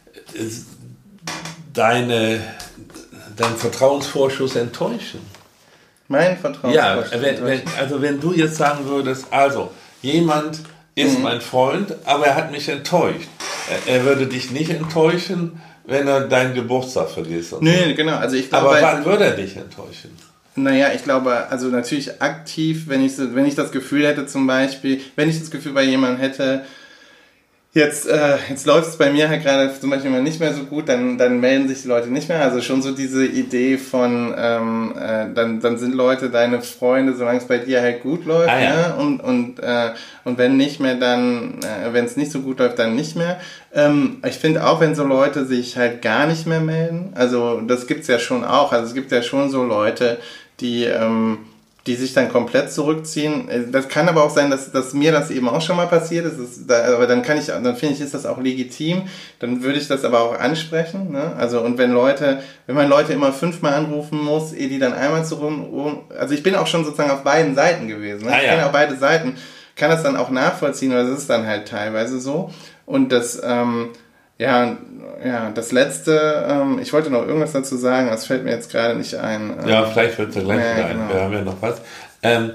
deine, deinen Vertrauensvorschuss enttäuschen? Mein Vertrauensvorschuss? Ja, wenn, wenn, also wenn du jetzt sagen würdest, also jemand ist mhm. mein Freund, aber er hat mich enttäuscht. Er, er würde dich nicht enttäuschen, wenn er deinen Geburtstag vergisst. Nee, so. Genau. Also ich glaube, aber wann würde er dich enttäuschen? Naja, ich glaube, also natürlich aktiv, wenn ich, wenn ich das Gefühl hätte zum Beispiel, wenn ich das Gefühl bei jemandem hätte, jetzt, äh, jetzt läuft es bei mir halt gerade zum Beispiel mal nicht mehr so gut, dann, dann melden sich die Leute nicht mehr. Also schon so diese Idee von, ähm, äh, dann, dann sind Leute deine Freunde, solange es bei dir halt gut läuft. Ah, ja. Ne? Und, und, äh, und wenn nicht mehr, dann, äh, wenn es nicht so gut läuft, dann nicht mehr. Ähm, ich finde auch, wenn so Leute sich halt gar nicht mehr melden, also das gibt's ja schon auch. Also es gibt ja schon so Leute, die, ähm, die sich dann komplett zurückziehen. Das kann aber auch sein, dass, dass mir das eben auch schon mal passiert ist. ist da, aber dann kann ich, dann finde ich, ist das auch legitim. Dann würde ich das aber auch ansprechen. Ne? Also und wenn Leute, wenn man Leute immer fünfmal anrufen muss, ehe die dann einmal zurück, also ich bin auch schon sozusagen auf beiden Seiten gewesen. Ne? Ah, ich kenne ja auch beide Seiten, kann das dann auch nachvollziehen, oder das ist dann halt teilweise so. Und das, ähm, ja, ja, das letzte, ähm, ich wollte noch irgendwas dazu sagen, das fällt mir jetzt gerade nicht ein. Ähm, ja, vielleicht wird es ja gleich ja, wieder genau. ein. Wir haben ja noch was. Ähm,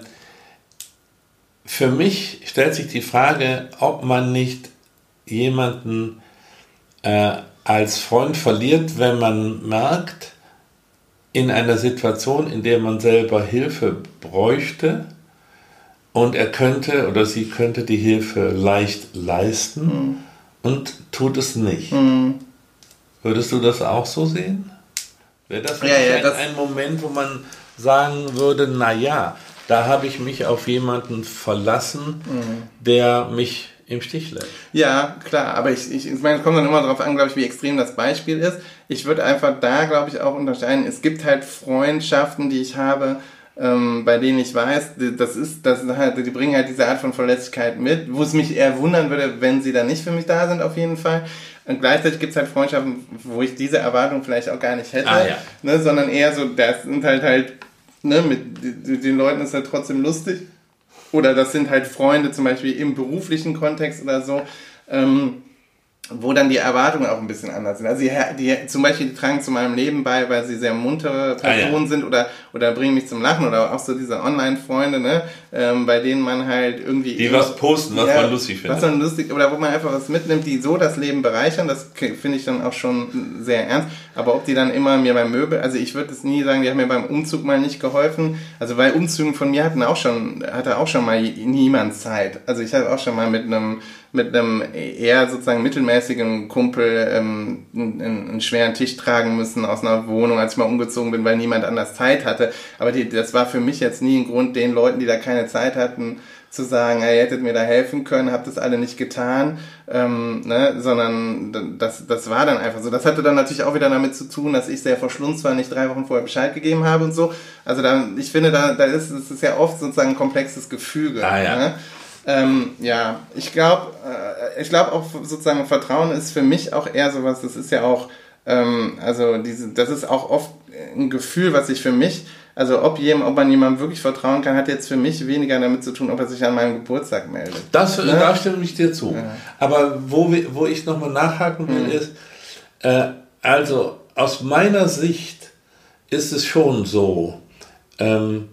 für mich stellt sich die Frage, ob man nicht jemanden äh, als Freund verliert, wenn man merkt, in einer Situation, in der man selber Hilfe bräuchte und er könnte oder sie könnte die Hilfe leicht leisten, mhm. und tut es nicht. Mhm. Würdest du das auch so sehen? Wäre das nicht ja, ja, das ein Moment, wo man sagen würde, naja, da habe ich mich auf jemanden verlassen, mhm. der mich im Stich lässt? Ja, klar, aber ich, ich, ich meine, es kommt dann immer darauf an, glaube ich, wie extrem das Beispiel ist. Ich würde einfach da, glaube ich, auch unterscheiden, es gibt halt Freundschaften, die ich habe, Ähm, bei denen ich weiß, das ist, das ist halt, die bringen halt diese Art von Verletzlichkeit mit, wo es mich eher wundern würde, wenn sie dann nicht für mich da sind, auf jeden Fall. Und gleichzeitig gibt es halt Freundschaften, wo ich diese Erwartung vielleicht auch gar nicht hätte, ah, ja. ne, sondern eher so, das sind halt halt, ne, mit den Leuten ist halt trotzdem lustig. Oder das sind halt Freunde, zum Beispiel im beruflichen Kontext oder so, ähm, wo dann die Erwartungen auch ein bisschen anders sind. Also die, die zum Beispiel die tragen zu meinem Leben bei, weil sie sehr muntere Personen ah, ja. sind oder oder bringen mich zum Lachen oder auch so diese Online-Freunde, ne, ähm, bei denen man halt irgendwie... Die was posten, was ja, man lustig findet. Was man lustig, oder wo man einfach was mitnimmt, die so das Leben bereichern, das finde ich dann auch schon sehr ernst. Aber ob die dann immer mir beim Möbel, also ich würde es nie sagen, die haben mir beim Umzug mal nicht geholfen. Also bei Umzügen von mir hatten auch schon, hatte auch schon mal niemand Zeit. Also ich hatte auch schon mal mit einem mit einem eher sozusagen mittelmäßigen Kumpel ähm, einen, einen schweren Tisch tragen müssen aus einer Wohnung, als ich mal umgezogen bin, weil niemand anders Zeit hatte. Aber die, das war für mich jetzt nie ein Grund, den Leuten, die da keine Zeit hatten, zu sagen, ihr hättet mir da helfen können, habt das alle nicht getan, ähm, ne, sondern das, das war dann einfach so. Das hatte dann natürlich auch wieder damit zu tun, dass ich sehr verschlunzt war, nicht drei Wochen vorher Bescheid gegeben habe und so. Also da, ich finde, da, da ist es ist ja oft sozusagen ein komplexes Gefüge. Ah, ja. Ne? Ähm, ja, ich glaube, äh, ich glaube auch sozusagen Vertrauen ist für mich auch eher sowas, das ist ja auch, ähm, also diese, das ist auch oft ein Gefühl, was ich für mich, also ob, jedem, ob man jemandem wirklich vertrauen kann, hat jetzt für mich weniger damit zu tun, ob er sich an meinem Geburtstag meldet. Das, ne? Da stimme ich dir zu. Ja. Aber wo, wo ich nochmal nachhaken will, mhm. ist, äh, also aus meiner Sicht ist es schon so, ähm,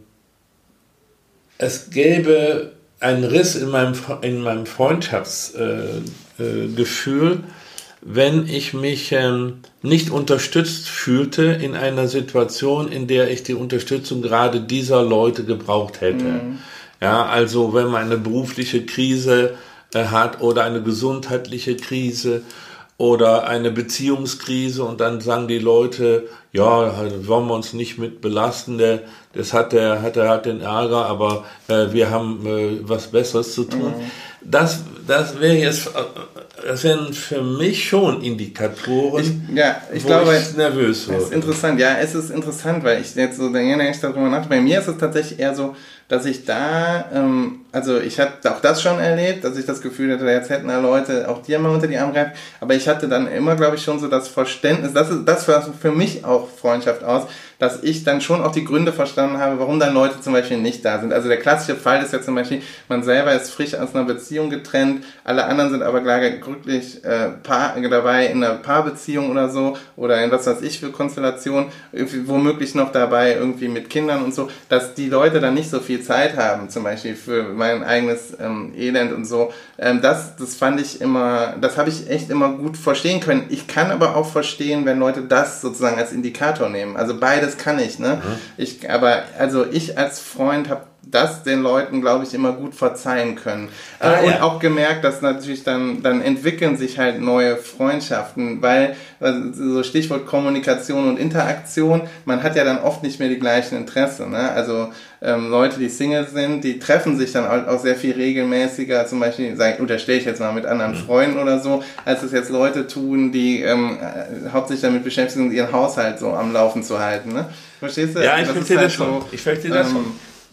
es gäbe ein Riss in meinem, in meinem Freundschaftsgefühl, äh, äh, wenn ich mich ähm, nicht unterstützt fühlte in einer Situation, in der ich die Unterstützung gerade dieser Leute gebraucht hätte. Mhm. Ja, also wenn man eine berufliche Krise äh, hat oder eine gesundheitliche Krise oder eine Beziehungskrise und dann sagen die Leute, ja, wollen wir uns nicht mit belasten, der, das hat der, hat er hat den Ärger, aber äh, wir haben äh, was Besseres zu tun. Mhm. Das, das wäre jetzt, das wären für mich schon Indikatoren, ich, ja, ich wo glaube, ich nervös wurde. Es ist interessant, ja, es ist interessant, weil ich jetzt so denke, ich darüber nach. Bei mir ist es tatsächlich eher so, dass ich da, ähm, also ich habe auch das schon erlebt, dass ich das Gefühl hatte, jetzt hätten da Leute auch dir mal unter die Arme greifen, aber ich hatte dann immer, glaube ich, schon so das Verständnis, das ist, das war für mich auch Freundschaft aus, dass ich dann schon auch die Gründe verstanden habe, warum dann Leute zum Beispiel nicht da sind. Also der klassische Fall ist ja zum Beispiel, man selber ist frisch aus einer Beziehung getrennt, alle anderen sind aber klar glücklich äh, Paar, dabei in einer Paarbeziehung oder so, oder in was weiß ich für Konstellationen, womöglich noch dabei irgendwie mit Kindern und so, dass die Leute dann nicht so viel Zeit haben, zum Beispiel für mein eigenes ähm, Elend und so. Ähm, das, das fand ich immer, das habe ich echt immer gut verstehen können. Ich kann aber auch verstehen, wenn Leute das sozusagen als Indikator nehmen. Also beides kann ich, ne? Mhm. Ich, aber also ich als Freund habe das den Leuten, glaube ich, immer gut verzeihen können. Ah, und ja. auch gemerkt, dass natürlich dann, dann entwickeln sich halt neue Freundschaften, weil, also so Stichwort Kommunikation und Interaktion, man hat ja dann oft nicht mehr die gleichen Interessen, ne? Also ähm, Leute, die Single sind, die treffen sich dann auch, auch sehr viel regelmäßiger, zum Beispiel, sag, unterstelle ich jetzt mal mit anderen mhm. Freunden oder so, als es jetzt Leute tun, die ähm, hauptsächlich damit beschäftigt sind, ihren Haushalt so am Laufen zu halten, ne? Verstehst du? Ja, ich verstehe halt das schon. So, ich verstehe das ähm, schon.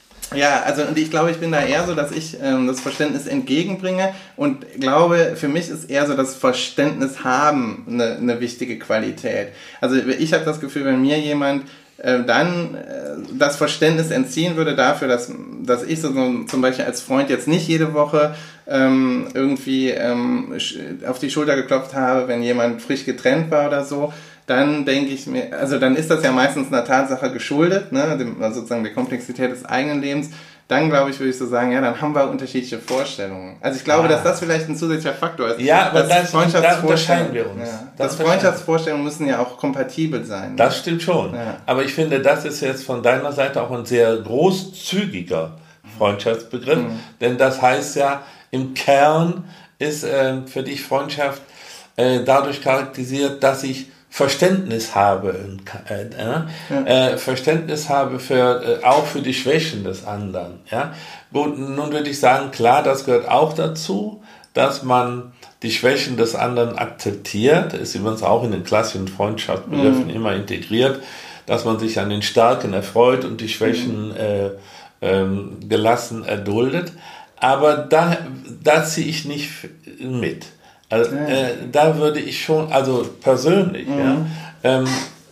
Ja, also und ich glaube, ich bin da eher so, dass ich ähm, das Verständnis entgegenbringe und glaube, für mich ist eher so das Verständnis haben eine, eine wichtige Qualität. Also ich habe das Gefühl, wenn mir jemand äh, dann äh, das Verständnis entziehen würde dafür, dass, dass ich so, so zum Beispiel als Freund jetzt nicht jede Woche ähm, irgendwie ähm, auf die Schulter geklopft habe, wenn jemand frisch getrennt war oder so, dann denke ich mir, also dann ist das ja meistens einer Tatsache geschuldet, ne, dem, also sozusagen der Komplexität des eigenen Lebens. Dann glaube ich, würde ich so sagen, ja, dann haben wir unterschiedliche Vorstellungen. Also ich glaube, ja. dass das vielleicht ein zusätzlicher Faktor ist. Ja, aber das, da unterscheiden wir uns. Ja. Das Freundschaftsvorstellungen müssen ja auch kompatibel sein. Das stimmt schon. Ja. Aber ich finde, das ist jetzt von deiner Seite auch ein sehr großzügiger Freundschaftsbegriff. Mhm. Denn das heißt ja, im Kern ist äh, für dich Freundschaft äh, dadurch charakterisiert, dass ich Verständnis habe, äh, ja. äh, Verständnis habe für, äh, auch für die Schwächen des anderen. Ja. Gut, nun würde ich sagen, klar, das gehört auch dazu, dass man die Schwächen des anderen akzeptiert, ist übrigens auch in den klassischen Freundschaftsbegriffen mhm. immer integriert, dass man sich an den Starken erfreut und die Schwächen mhm. äh, ähm, gelassen erduldet. Aber da, da ziehe ich nicht mit. Also, ja. äh, da würde ich schon, also persönlich, mhm. ja, ähm,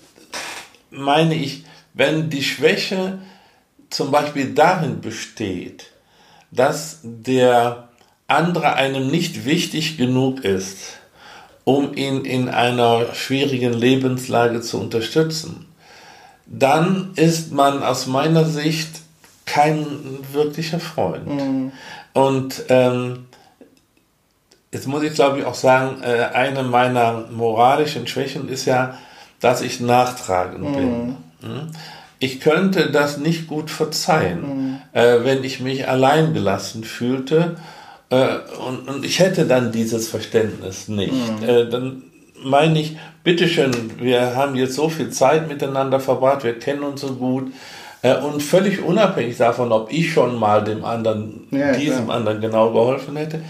meine ich, wenn die Schwäche zum Beispiel darin besteht, dass der andere einem nicht wichtig genug ist, um ihn in einer schwierigen Lebenslage zu unterstützen, dann ist man aus meiner Sicht kein wirklicher Freund. Mhm. Und ähm, jetzt muss ich, glaube ich, auch sagen, äh, eine meiner moralischen Schwächen ist ja, dass ich nachtragend mm. bin. Ich könnte das nicht gut verzeihen, mm. äh, wenn ich mich alleingelassen fühlte äh, und, und ich hätte dann dieses Verständnis nicht. Mm. Äh, dann meine ich, bitteschön, wir haben jetzt so viel Zeit miteinander verbracht, wir kennen uns so gut, äh, und völlig unabhängig davon, ob ich schon mal dem anderen, ja, diesem klar. anderen genau geholfen hätte,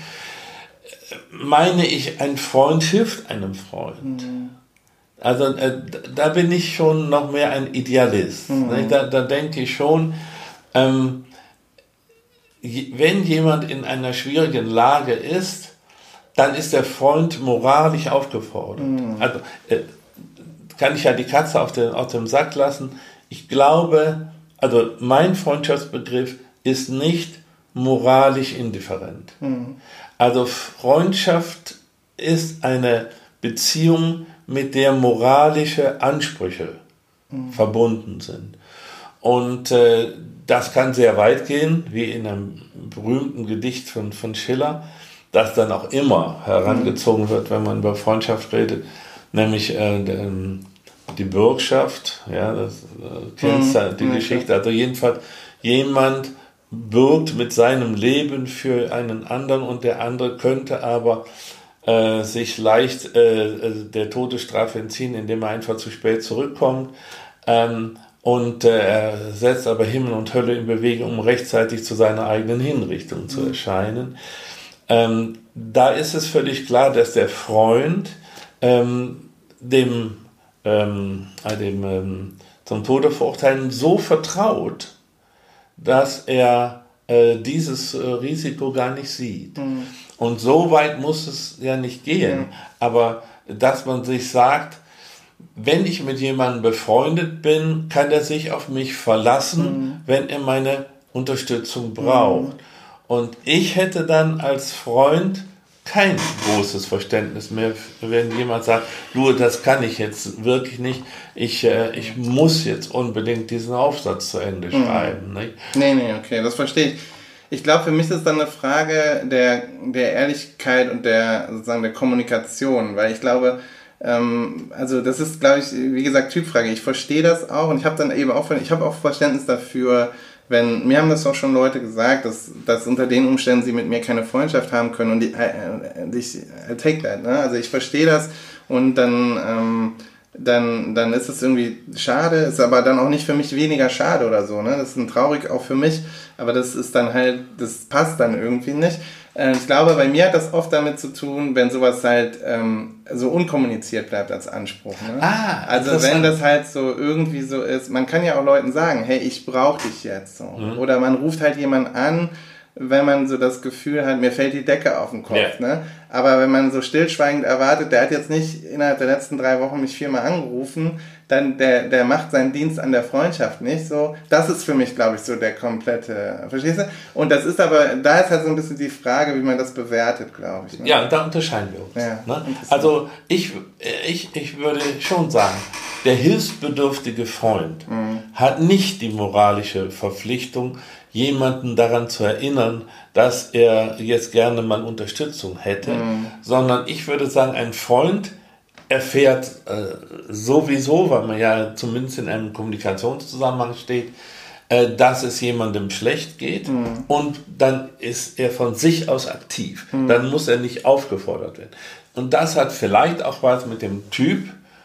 meine ich, ein Freund hilft einem Freund. Mhm. Also äh, da bin ich schon noch mehr ein Idealist. Mhm. Ne? Da, da denke ich schon, ähm, wenn jemand in einer schwierigen Lage ist, dann ist der Freund moralisch aufgefordert. Mhm. Also äh, kann ich ja die Katze auf, den, auf dem Sack lassen. Ich glaube, also mein Freundschaftsbegriff ist nicht moralisch indifferent. Mhm. Also Freundschaft ist eine Beziehung, mit der moralische Ansprüche mhm. verbunden sind. Und äh, das kann sehr weit gehen, wie in einem berühmten Gedicht von, von Schiller, das dann auch immer herangezogen wird, wenn man über Freundschaft redet, nämlich äh, die Bürgschaft, ja, das äh, kennst mhm. die mhm. Geschichte, also jedenfalls jemand bürgt mit seinem Leben für einen anderen und der andere könnte aber äh, sich leicht äh, der Todesstrafe entziehen, indem er einfach zu spät zurückkommt ähm, und äh, er setzt aber Himmel und Hölle in Bewegung, um rechtzeitig zu seiner eigenen Hinrichtung zu erscheinen. Ähm, da ist es völlig klar, dass der Freund ähm, dem, ähm, dem ähm, zum Tode verurteilten so vertraut, dass er äh, dieses äh, Risiko gar nicht sieht. Mhm. Und so weit muss es ja nicht gehen. Mhm. Aber dass man sich sagt, wenn ich mit jemandem befreundet bin, kann er sich auf mich verlassen, mhm. wenn er meine Unterstützung braucht. Mhm. Und ich hätte dann als Freund kein großes Verständnis mehr, wenn jemand sagt, du, das kann ich jetzt wirklich nicht, ich, äh, ich muss jetzt unbedingt diesen Aufsatz zu Ende schreiben. Mhm. Nicht? Nee, nee, okay, das verstehe ich. Ich glaube, für mich ist es dann eine Frage der, der Ehrlichkeit und der, sozusagen der Kommunikation, weil ich glaube, ähm, also das ist, glaube ich, wie gesagt, Typfrage. Ich verstehe das auch und ich habe dann eben auch, ich habe auch Verständnis dafür, wenn, mir haben das auch schon Leute gesagt, dass, dass unter den Umständen sie mit mir keine Freundschaft haben können und ich, ich take that, ne? Also ich verstehe das und dann, ähm, dann, dann ist es irgendwie schade, ist aber dann auch nicht für mich weniger schade oder so, ne? Das ist ein traurig auch für mich, aber das ist dann halt, das passt dann irgendwie nicht. Ich glaube, bei mir hat das oft damit zu tun, wenn sowas halt ähm, so unkommuniziert bleibt als Anspruch. Ne? Ah, also wenn das halt so irgendwie so ist, man kann ja auch Leuten sagen, hey, ich brauche dich jetzt so. Mhm. Oder man ruft halt jemanden an, wenn man so das Gefühl hat, mir fällt die Decke auf den Kopf. Yeah. Ne? Aber wenn man so stillschweigend erwartet, der hat jetzt nicht innerhalb der letzten drei Wochen mich viermal angerufen, dann der, der macht seinen Dienst an der Freundschaft nicht. So, das ist für mich, glaube ich, so der komplette, verstehst du? Und das ist aber, da ist halt so ein bisschen die Frage, wie man das bewertet, glaube ich. Ne? Ja, da unterscheiden wir uns. Ja, ne? Also ich, ich, ich würde schon sagen, der hilfsbedürftige Freund mhm. hat nicht die moralische Verpflichtung, jemanden daran zu erinnern, dass er jetzt gerne mal Unterstützung hätte, mhm. sondern ich würde sagen, ein Freund erfährt äh, sowieso, weil man ja zumindest in einem Kommunikationszusammenhang steht, äh, dass es jemandem schlecht geht mhm. und dann ist er von sich aus aktiv. Mhm. Dann muss er nicht aufgefordert werden. Und das hat vielleicht auch was mit dem Typ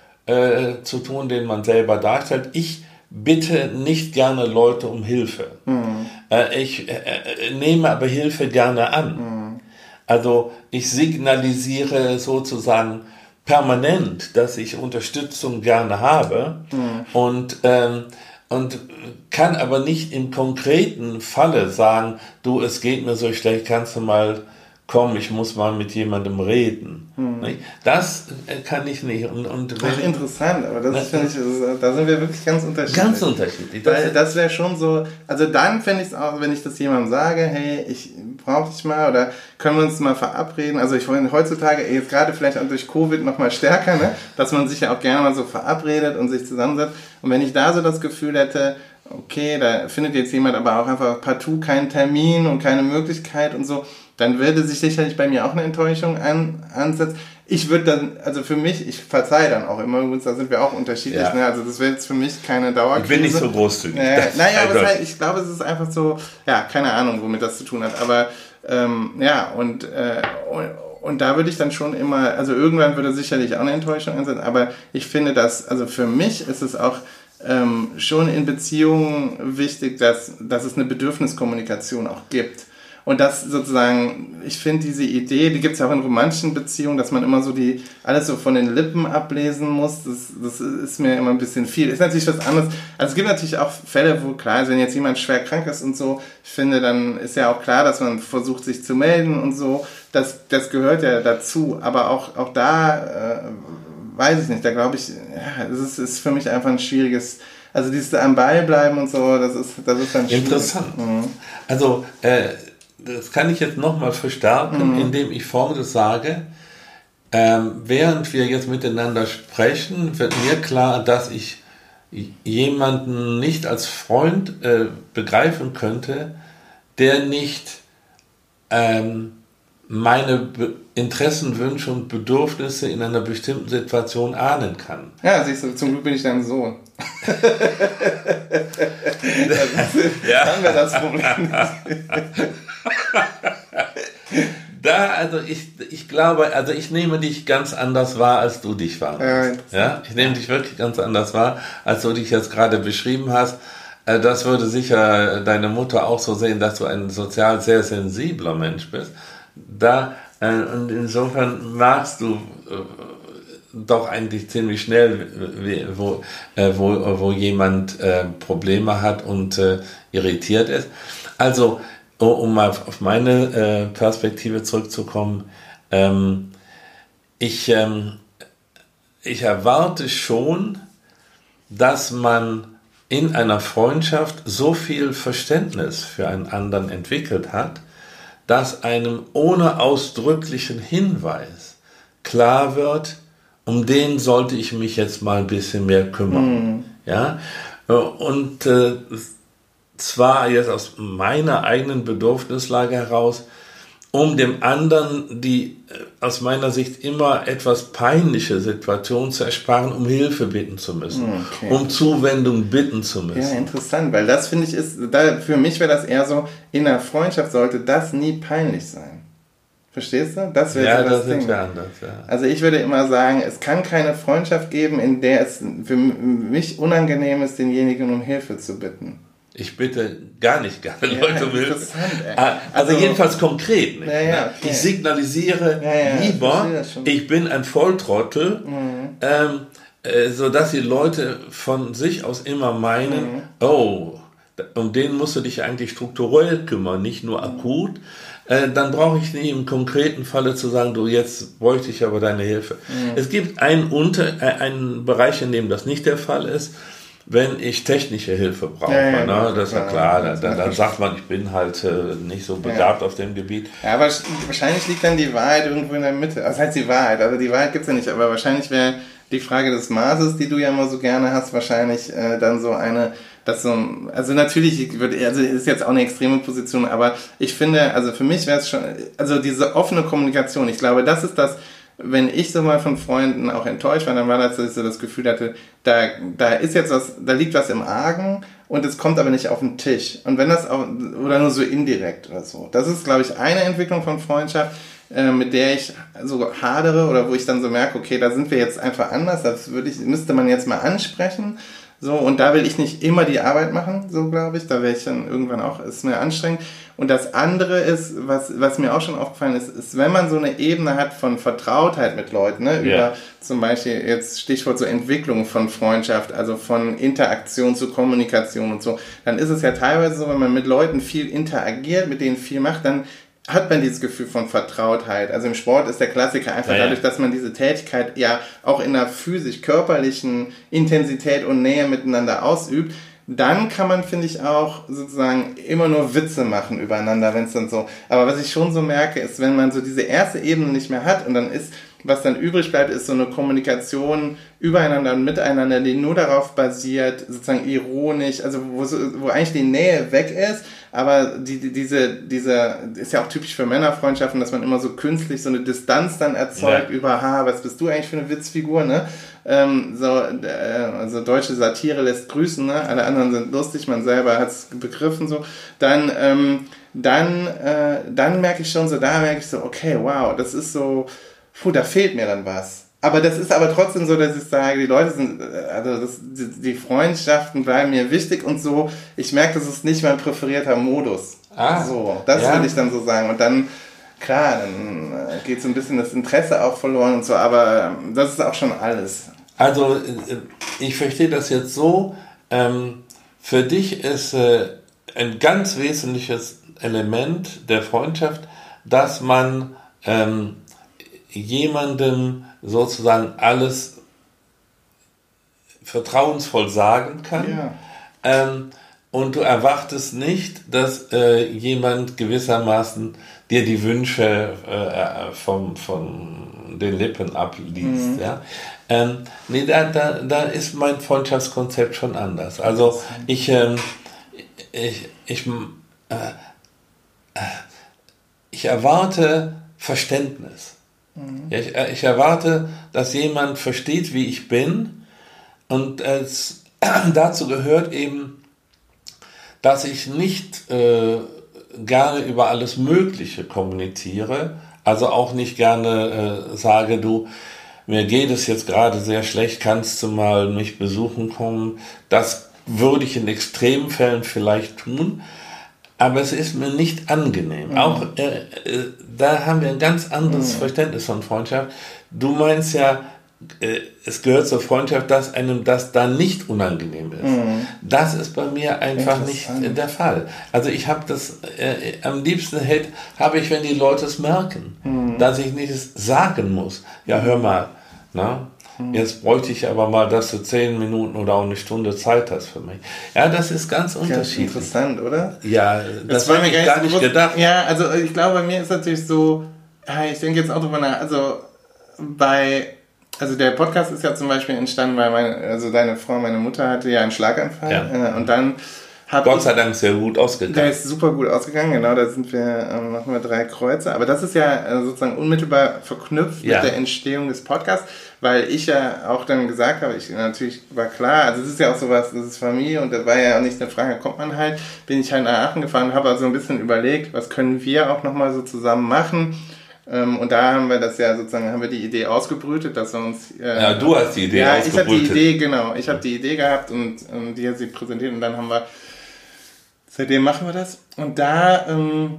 äh, zu tun, den man selber darstellt. Ich bitte nicht gerne Leute um Hilfe. Mhm. Äh, ich äh, nehme aber Hilfe gerne an. Mhm. Also ich signalisiere sozusagen permanent, dass ich Unterstützung gerne habe mhm. und, ähm, und kann aber nicht im konkreten Falle sagen, du, es geht mir so schlecht, kannst du mal komm, ich muss mal mit jemandem reden. Hm. Das kann ich nicht. Und, und Ach, interessant, aber das finde ich, da sind wir wirklich ganz unterschiedlich. Ganz unterschiedlich. Weil das wäre schon so, also dann fände ich es auch, wenn ich das jemandem sage, hey, ich brauche dich mal oder können wir uns mal verabreden. Also ich wollte heutzutage, jetzt gerade vielleicht auch durch Covid noch mal stärker, ne, dass man sich ja auch gerne mal so verabredet und sich zusammensetzt. Und wenn ich da so das Gefühl hätte, okay, da findet jetzt jemand aber auch einfach partout keinen Termin und keine Möglichkeit und so, dann würde sich sicherlich bei mir auch eine Enttäuschung an, ansetzen. Ich würde dann, also für mich, ich verzeihe dann auch immer, übrigens, da sind wir auch unterschiedlich, ja. ne? Also das wäre jetzt für mich keine Dauerkrise. Ich bin nicht so großzügig. Äh, naja, aber halt, ich glaube, es ist einfach so, ja, keine Ahnung, womit das zu tun hat, aber ähm, ja, und, äh, und, und da würde ich dann schon immer, also irgendwann würde sicherlich auch eine Enttäuschung ansetzen, aber ich finde, dass, also für mich ist es auch ähm, schon in Beziehungen wichtig, dass, dass es eine Bedürfniskommunikation auch gibt. Und das sozusagen, ich finde diese Idee, die gibt es ja auch in romantischen Beziehungen, dass man immer so die, alles so von den Lippen ablesen muss, das, das ist mir immer ein bisschen viel. Ist natürlich was anderes. Also es gibt natürlich auch Fälle, wo klar ist, wenn jetzt jemand schwer krank ist und so, ich finde, dann ist ja auch klar, dass man versucht, sich zu melden und so. Das, das gehört ja dazu. Aber auch, auch da, äh, weiß ich nicht, da glaube ich, ja, das ist, ist für mich einfach ein schwieriges, also dieses am Ball bleiben und so, das ist, das ist dann schwierig. Interessant. Mhm. Also, äh, das kann ich jetzt nochmal verstärken, mhm. indem ich Folgendes sage. Ähm, während wir jetzt miteinander sprechen, wird mir klar, dass ich jemanden nicht als Freund äh, begreifen könnte, der nicht ähm, meine Be- Interessen, Wünsche und Bedürfnisse in einer bestimmten Situation ahnen kann. Ja, siehst du, zum Glück bin ich dein Sohn. Ja. Haben wir das Problem. Da, also ich, ich glaube, also ich nehme dich ganz anders wahr, als du dich wahrnimmst. Ja, ja, ich nehme dich wirklich ganz anders wahr, als du dich jetzt gerade beschrieben hast. Das würde sicher deine Mutter auch so sehen, dass du ein sozial sehr sensibler Mensch bist. Da, und insofern magst du doch eigentlich ziemlich schnell, wo, äh, wo, wo jemand äh, Probleme hat und äh, irritiert ist. Also, um mal auf meine äh, Perspektive zurückzukommen, ähm, ich, ähm, ich erwarte schon, dass man in einer Freundschaft so viel Verständnis für einen anderen entwickelt hat, dass einem ohne ausdrücklichen Hinweis klar wird, um den sollte ich mich jetzt mal ein bisschen mehr kümmern. Mm. Ja? Und äh, zwar jetzt aus meiner eigenen Bedürfnislage heraus, um dem anderen die aus meiner Sicht immer etwas peinliche Situation zu ersparen, um Hilfe bitten zu müssen, okay. um Zuwendung bitten zu müssen. Ja, interessant, weil das finde ich ist, da, für mich wäre das eher so, in einer Freundschaft sollte das nie peinlich sein. Verstehst du? Das wäre ja, so das das Ding. sind wir anders. Ja. Also ich würde immer sagen, es kann keine Freundschaft geben, in der es für mich unangenehm ist, denjenigen um Hilfe zu bitten. Ich bitte gar nicht gerne ja, Leute um Hilfe. Also, also jedenfalls konkret nicht. Ja, ja, okay. Ich signalisiere ja, ja, lieber, ich, ich bin ein Volltrottel, mhm. ähm, äh, sodass die Leute von sich aus immer meinen, mhm. oh, um den musst du dich eigentlich strukturell kümmern, nicht nur akut. Äh, dann brauche ich nicht im konkreten Falle zu sagen, du, jetzt bräuchte ich aber deine Hilfe. Mhm. Es gibt einen, Unter, äh, einen Bereich, in dem das nicht der Fall ist. Wenn ich technische Hilfe brauche, ja, ja, ne? Das ist ja klar, da, da, dann sagt man, ich bin halt äh, nicht so begabt ja. auf dem Gebiet. Ja, aber wahrscheinlich liegt dann die Wahrheit irgendwo in der Mitte. Das heißt die Wahrheit, also die Wahrheit gibt es ja nicht, aber wahrscheinlich wäre die Frage des Maßes, die du ja immer so gerne hast, wahrscheinlich äh, dann so eine, dass so, also natürlich wird, also ist jetzt auch eine extreme Position, aber ich finde, also für mich wäre es schon, also diese offene Kommunikation, ich glaube, das ist das, wenn ich so mal von Freunden auch enttäuscht war, dann war das, dass ich so das Gefühl hatte, da, da ist jetzt was, da liegt was im Argen und es kommt aber nicht auf den Tisch. Und wenn das auch, oder nur so indirekt oder so. Das ist, glaube ich, eine Entwicklung von Freundschaft, äh, mit der ich so hadere oder wo ich dann so merke, okay, da sind wir jetzt einfach anders, das würde ich, müsste man jetzt mal ansprechen. So, und da will ich nicht immer die Arbeit machen, so glaube ich, da wäre ich dann irgendwann auch, ist mir anstrengend. Und das andere ist, was, was mir auch schon aufgefallen ist, ist, wenn man so eine Ebene hat von Vertrautheit mit Leuten, ne, über yeah. zum Beispiel jetzt Stichwort so Entwicklung von Freundschaft, also von Interaktion zu Kommunikation und so, dann ist es ja teilweise so, wenn man mit Leuten viel interagiert, mit denen viel macht, dann hat man dieses Gefühl von Vertrautheit. Also im Sport ist der Klassiker einfach ja, ja. dadurch, dass man diese Tätigkeit ja auch in einer physisch-körperlichen Intensität und Nähe miteinander ausübt, dann kann man, finde ich, auch sozusagen immer nur Witze machen übereinander, wenn es dann so, aber was ich schon so merke, ist, wenn man so diese erste Ebene nicht mehr hat und dann ist, was dann übrig bleibt, ist so eine Kommunikation übereinander und miteinander, die nur darauf basiert, sozusagen ironisch, also wo, wo eigentlich die Nähe weg ist, aber die, die, diese, diese, ist ja auch typisch für Männerfreundschaften, dass man immer so künstlich so eine Distanz dann erzeugt ja. über, ha, was bist du eigentlich für eine Witzfigur, ne? Ähm, so, äh, also deutsche Satire lässt grüßen, ne? Alle anderen sind lustig, man selber hat es begriffen, so. Dann, ähm, dann, äh, dann merke ich schon so, da merke ich so, okay, wow, das ist so, puh, da fehlt mir dann was. Aber das ist aber trotzdem so, dass ich sage, die Leute sind, also das, die, die Freundschaften bleiben mir wichtig und so. Ich merke, das ist nicht mein präferierter Modus. Ah, so, das ja. würde ich dann so sagen. Und dann, klar, dann geht so ein bisschen das Interesse auch verloren und so, aber das ist auch schon alles. Also, ich verstehe das jetzt so, ähm, für dich ist äh, ein ganz wesentliches Element der Freundschaft, dass man ähm, jemandem sozusagen alles vertrauensvoll sagen kann. Ja. Ähm, und du erwartest nicht, dass äh, jemand gewissermaßen dir die Wünsche äh, vom, von den Lippen abliest. Mhm. Ja? Ähm, nee, da, da, da ist mein Freundschaftskonzept schon anders. Also ich, ähm, ich, ich, äh, ich erwarte Verständnis. Ja, ich, ich erwarte, dass jemand versteht, wie ich bin, und es, dazu gehört eben, dass ich nicht äh, gerne über alles Mögliche kommuniziere, also auch nicht gerne äh, sage, du, mir geht es jetzt gerade sehr schlecht, kannst du mal mich besuchen kommen. Das würde ich in extremen Fällen vielleicht tun, aber es ist mir nicht angenehm. Mhm. Auch äh, äh, da haben wir ein ganz anderes mhm. Verständnis von Freundschaft. Du meinst ja, äh, es gehört zur Freundschaft, dass einem das dann nicht unangenehm ist. Mhm. Das ist bei mir einfach nicht äh, der Fall. Also ich habe das, äh, am liebsten hätte, habe ich, wenn die Leute es merken, mhm. dass ich nicht sagen muss. Ja, hör mal, na? Jetzt bräuchte ich aber mal, dass du zehn Minuten oder auch eine Stunde Zeit hast für mich. Ja, das ist ganz unterschiedlich. Ganz interessant, oder? Ja, das, das war mir gar, gar nicht bewusst. Gedacht. Ja, also ich glaube, bei mir ist natürlich so, ich denke jetzt auch drüber nach, also bei, also der Podcast ist ja zum Beispiel entstanden, weil meine, also deine Frau, meine Mutter hatte ja einen Schlaganfall ja. und dann Gott sei Dank sehr gut ausgegangen. Der ist super gut ausgegangen, genau, da sind wir, ähm, machen wir drei Kreuze. Aber das ist ja äh, sozusagen unmittelbar verknüpft ja. mit der Entstehung des Podcasts, weil ich ja auch dann gesagt habe, ich natürlich war klar, also es ist ja auch sowas, das ist Familie und da war ja auch nicht eine Frage, da kommt man halt, bin ich halt nach Aachen gefahren, habe also ein bisschen überlegt, was können wir auch nochmal so zusammen machen. Ähm, und da haben wir das ja sozusagen, haben wir die Idee ausgebrütet, dass wir uns... Äh, ja, du hast die Idee ja, ausgebrütet. Ja, ich habe die Idee, genau, ich habe die Idee gehabt und, und die hat sie präsentiert und dann haben wir seitdem machen wir das. Und da, ähm,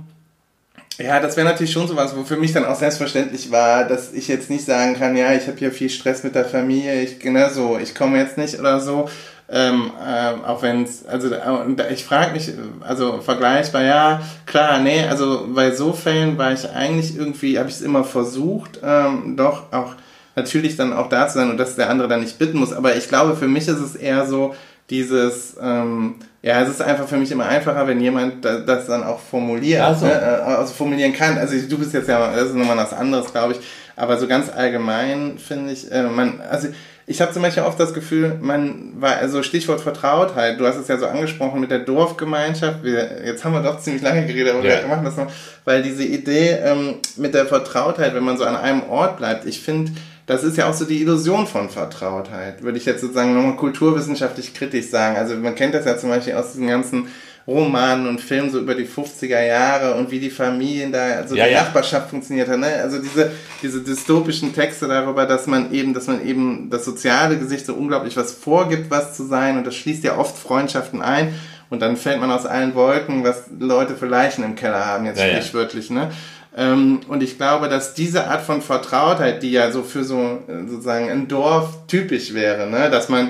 ja, das wäre natürlich schon sowas, wo für mich dann auch selbstverständlich war, dass ich jetzt nicht sagen kann, ja, ich habe hier viel Stress mit der Familie, ich, ne, so, ich komme jetzt nicht oder so. Ähm, äh, auch wenn es, also ich frage mich, also vergleichbar, ja, klar, nee, also bei so Fällen war ich eigentlich irgendwie, habe ich es immer versucht, ähm, doch auch natürlich dann auch da zu sein und dass der andere dann nicht bitten muss. Aber ich glaube, für mich ist es eher so, dieses, ähm, ja, es ist einfach für mich immer einfacher, wenn jemand das dann auch formuliert, also, ne? also formulieren kann. Also du bist jetzt ja, das ist nochmal was anderes, glaube ich, aber so ganz allgemein finde ich, äh, man, also ich habe zum Beispiel oft das Gefühl, man war, also Stichwort Vertrautheit, du hast es ja so angesprochen mit der Dorfgemeinschaft, wir, jetzt haben wir doch ziemlich lange geredet, aber ja. wir machen das noch, weil diese Idee ähm, mit der Vertrautheit, wenn man so an einem Ort bleibt, ich finde, das ist ja auch so die Illusion von Vertrautheit, würde ich jetzt sozusagen nochmal kulturwissenschaftlich kritisch sagen. Also man kennt das ja zum Beispiel aus diesen ganzen Romanen und Filmen so über die fünfziger Jahre und wie die Familien da, also ja, die ja. Nachbarschaft funktioniert hat, ne? Also diese, diese dystopischen Texte darüber, dass man eben, dass man eben das soziale Gesicht so unglaublich was vorgibt, was zu sein und das schließt ja oft Freundschaften ein und dann fällt man aus allen Wolken, was Leute für Leichen im Keller haben, jetzt ja, sprichwörtlich, ne? Und ich glaube, dass diese Art von Vertrautheit, die ja so für so sozusagen ein Dorf typisch wäre, ne, dass man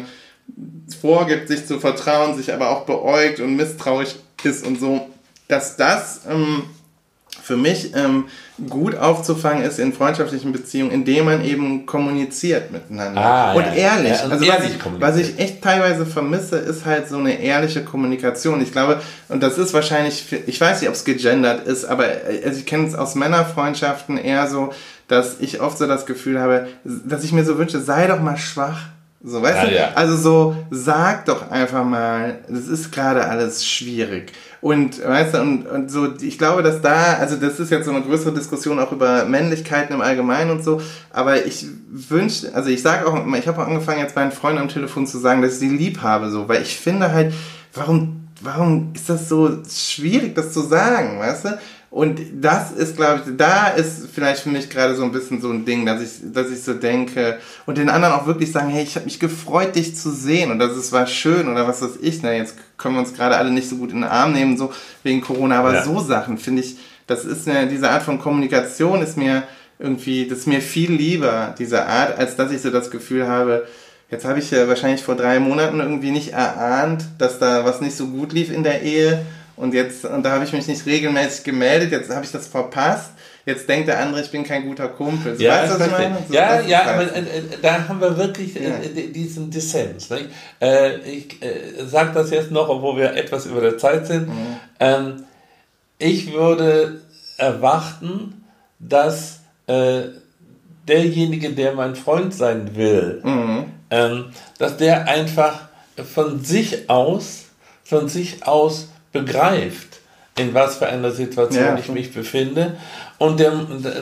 vorgibt, sich zu vertrauen, sich aber auch beäugt und misstrauisch ist und so, dass das ähm, für mich ähm, gut aufzufangen ist in freundschaftlichen Beziehungen, indem man eben kommuniziert miteinander. Ah, und ja. ehrlich. Ja, und also ehrlich was, ich, was ich echt teilweise vermisse, ist halt so eine ehrliche Kommunikation. Ich glaube, und das ist wahrscheinlich, ich weiß nicht, ob es gegendert ist, aber also ich kenne es aus Männerfreundschaften eher so, dass ich oft so das Gefühl habe, dass ich mir so wünsche, sei doch mal schwach. So, weißt ja, du? Ja. Also so, sag doch einfach mal, das ist gerade alles schwierig. Und, weißt du, und, und so, ich glaube, dass da, also das ist jetzt so eine größere Diskussion auch über Männlichkeiten im Allgemeinen und so, aber ich wünsche, also ich sage auch, ich habe auch angefangen jetzt meinen Freunden am Telefon zu sagen, dass ich sie lieb habe, so, weil ich finde halt, warum, warum ist das so schwierig, das zu sagen, weißt du? Und das ist, glaube ich, da ist vielleicht für mich gerade so ein bisschen so ein Ding, dass ich, dass ich so denke und den anderen auch wirklich sagen, hey, ich habe mich gefreut, dich zu sehen und das ist, war schön oder was weiß ich, ne, jetzt können wir uns gerade alle nicht so gut in den Arm nehmen, so wegen Corona, aber ja. so Sachen finde ich, das ist eine, diese Art von Kommunikation ist mir irgendwie, das ist mir viel lieber, diese Art, als dass ich so das Gefühl habe, jetzt habe ich ja wahrscheinlich vor drei Monaten irgendwie nicht erahnt, dass da was nicht so gut lief in der Ehe. Und jetzt, und da habe ich mich nicht regelmäßig gemeldet, jetzt habe ich das verpasst, jetzt denkt der andere, ich bin kein guter Kumpel. So, ja, weißt du, was ich meine? So, ja, ja, aber äh, da haben wir wirklich ja. äh, diesen Dissens. Nicht? Äh, ich äh, sage das jetzt noch, obwohl wir etwas über der Zeit sind. Mhm. Ähm, ich würde erwarten, dass äh, derjenige, der mein Freund sein will, mhm. ähm, dass der einfach von sich aus, von sich aus begreift, in was für einer Situation ja. ich mich befinde und der, der,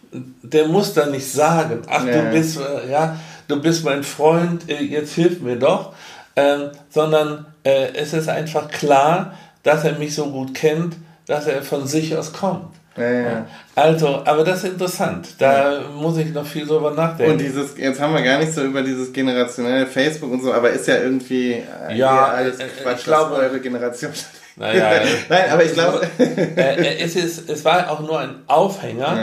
der muss dann nicht sagen, ach ja. du bist ja, du bist mein Freund, jetzt hilf mir doch, ähm, sondern äh, es ist einfach klar, dass er mich so gut kennt, dass er von sich aus kommt. Ja, ja. Also, aber das ist interessant. Da ja. muss ich noch viel drüber nachdenken. Und dieses, jetzt haben wir gar nicht so über dieses generationelle Facebook und so, aber ist ja irgendwie ja, alles Quatsch, ich glaube, eure Generation. Naja, Nein, aber ich glaube. äh, es, ist, es war auch nur ein Aufhänger,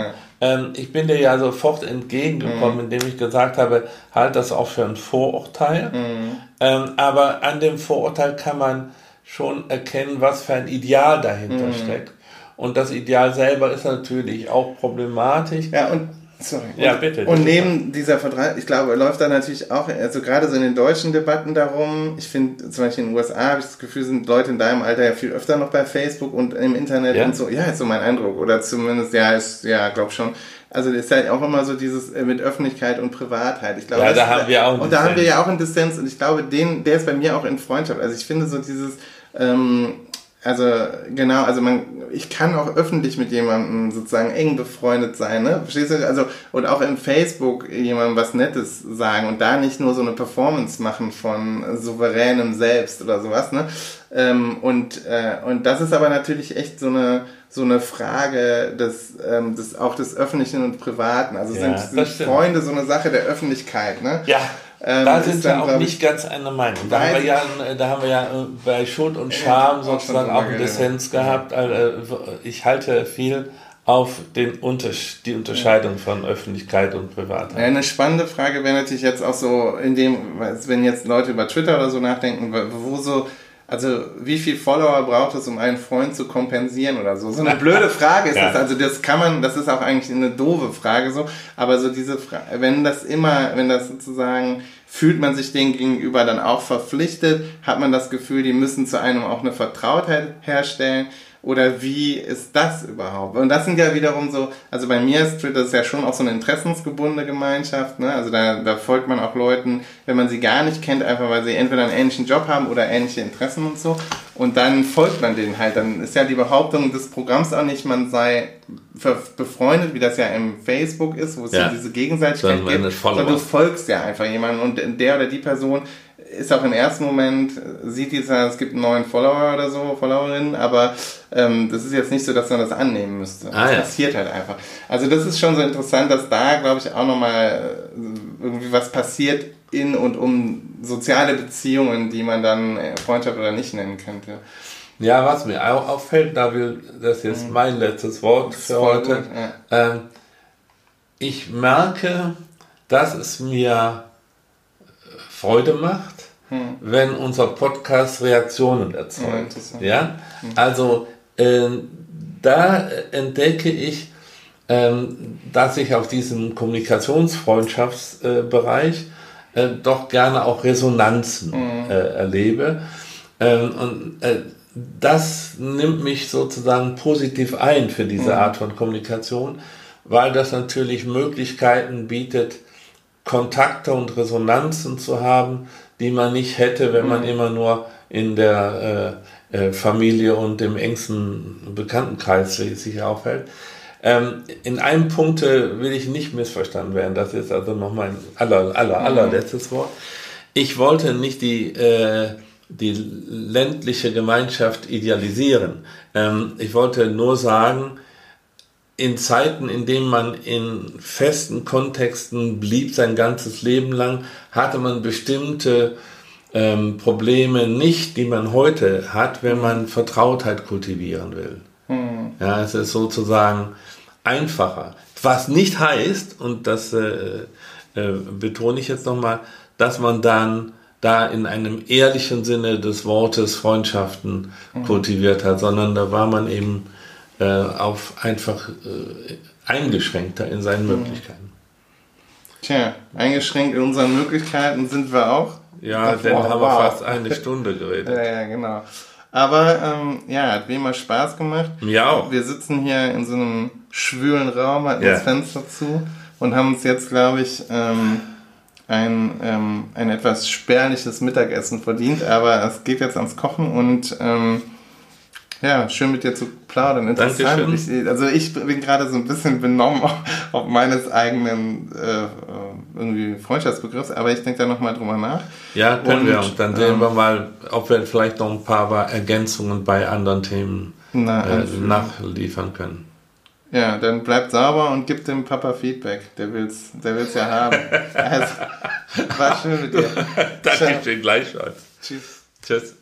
ähm, ich bin dir ja sofort entgegengekommen, mhm. indem ich gesagt habe, halt das auch für ein Vorurteil. Mhm. Ähm, aber an dem Vorurteil kann man schon erkennen, was für ein Ideal dahinter mhm. steckt. Und das Ideal selber ist natürlich auch problematisch. Ja, und sorry. Ja, und, bitte. Und neben war. dieser Vertrag, ich glaube, läuft da natürlich auch, also gerade so in den deutschen Debatten darum, ich finde, zum Beispiel in den U S A habe ich das Gefühl, sind Leute in deinem Alter ja viel öfter noch bei Facebook und im Internet ja? und so. Ja, ist so mein Eindruck. Oder zumindest, ja, ist, ja, glaub schon. Also ist halt auch immer so dieses mit Öffentlichkeit und Privatheit. Ich glaube, ja, da haben wir auch einen Und da haben wir ja auch einen Dissens und ich glaube, den, der ist bei mir auch in Freundschaft. Also ich finde so dieses, ähm, also genau, also man, ich kann auch öffentlich mit jemandem sozusagen eng befreundet sein, ne? Verstehst du? Also und auch im Facebook jemandem was Nettes sagen und da nicht nur so eine Performance machen von souveränem Selbst oder sowas, ne? Ähm, und äh, und das ist aber natürlich echt so eine so eine Frage des, ähm, des auch des Öffentlichen und Privaten. Also ja, sind, sind Freunde so eine Sache der Öffentlichkeit, ne? Ja. Ähm, da sind wir dann, auch nicht ganz einer Meinung. Da haben, wir ja, da haben wir ja bei Schuld und Scham ja, sozusagen auch einen Dissens gehabt. Also ich halte viel auf den Unters- die Unterscheidung von Öffentlichkeit und Privatheit. Ja, eine spannende Frage wäre natürlich jetzt auch so, in dem, wenn jetzt Leute über Twitter oder so nachdenken, wo so, also wie viel Follower braucht es, um einen Freund zu kompensieren oder so? So eine blöde Frage ist ja. das. Also das kann man, das ist auch eigentlich eine doofe Frage so. Aber so diese Frage, wenn das immer, wenn das sozusagen, fühlt man sich denen gegenüber dann auch verpflichtet? Hat man das Gefühl, die müssen zu einem auch eine Vertrautheit herstellen? Oder wie ist das überhaupt? Und das sind ja wiederum so, also bei mir ist Twitter ist ja schon auch so eine interessensgebundene Gemeinschaft, ne? Also da, da folgt man auch Leuten, wenn man sie gar nicht kennt, einfach weil sie entweder einen ähnlichen Job haben oder ähnliche Interessen und so. Und dann folgt man denen halt. Dann ist ja die Behauptung des Programms auch nicht, man sei befreundet, wie das ja im Facebook ist, wo es ja, ja diese Gegenseitigkeit gibt. Sondern du folgst ja einfach jemandem und der oder die Person ist auch im ersten Moment, sieht die, es gibt einen neuen Follower oder so, Followerin, aber ähm, das ist jetzt nicht so, dass man das annehmen müsste. Ah, das ja. passiert halt einfach. Also das ist schon so interessant, dass da, glaube ich, auch nochmal irgendwie was passiert in und um soziale Beziehungen, die man dann Freundschaft oder nicht nennen könnte. Ja, was mir auch auffällt, da will das jetzt mhm. mein letztes Wort für heute. Gut, ja. ähm, ich merke, dass es mir Freude macht, hm. wenn unser Podcast Reaktionen erzeugt. Ja, ja? Hm. Also äh, da entdecke ich, ähm, dass ich auf diesem Kommunikationsfreundschaftsbereich äh, äh, doch gerne auch Resonanzen hm. äh, erlebe. Ähm, und äh, das nimmt mich sozusagen positiv ein für diese hm. Art von Kommunikation, weil das natürlich Möglichkeiten bietet, Kontakte und Resonanzen zu haben, die man nicht hätte, wenn man mhm. immer nur in der äh, äh, Familie und dem engsten Bekanntenkreis sich aufhält. Ähm, in einem Punkt will ich nicht missverstanden werden, das ist also noch mein aller, aller, allerletztes Wort. Ich wollte nicht die, äh, die ländliche Gemeinschaft idealisieren. Ähm, ich wollte nur sagen, in Zeiten, in denen man in festen Kontexten blieb sein ganzes Leben lang, hatte man bestimmte ähm, Probleme nicht, die man heute hat, wenn man Vertrautheit kultivieren will. Mhm. Ja, es ist sozusagen einfacher. Was nicht heißt, und das äh, äh, betone ich jetzt nochmal, dass man dann da in einem ehrlichen Sinne des Wortes Freundschaften mhm. kultiviert hat, sondern da war man eben auf einfach äh, eingeschränkter in seinen Möglichkeiten. Tja, eingeschränkt in unseren Möglichkeiten sind wir auch. Ja, dann haben wir wow. fast eine Stunde geredet. Ja, ja, genau. Aber ähm, ja, hat wie immer Spaß gemacht. Mir auch. Wir sitzen hier in so einem schwülen Raum, hatten ja. das Fenster zu und haben uns jetzt, glaube ich, ähm, ein, ähm, ein etwas spärliches Mittagessen verdient, aber es geht jetzt ans Kochen und ähm, ja, schön mit dir zu plaudern. Interessant. Ich, also ich bin gerade so ein bisschen benommen auf, auf meines eigenen äh, irgendwie Freundschaftsbegriffs, aber ich denke da nochmal drüber nach. Ja, können und, wir. Und dann sehen ähm, wir mal, ob wir vielleicht noch ein paar Ergänzungen bei anderen Themen na, äh, nachliefern können. Ja, dann bleibt sauber und gib dem Papa Feedback. Der will's, der will's ja haben. Also, war schön mit dir. Danke schön, gleichfalls. Tschüss. Tschüss.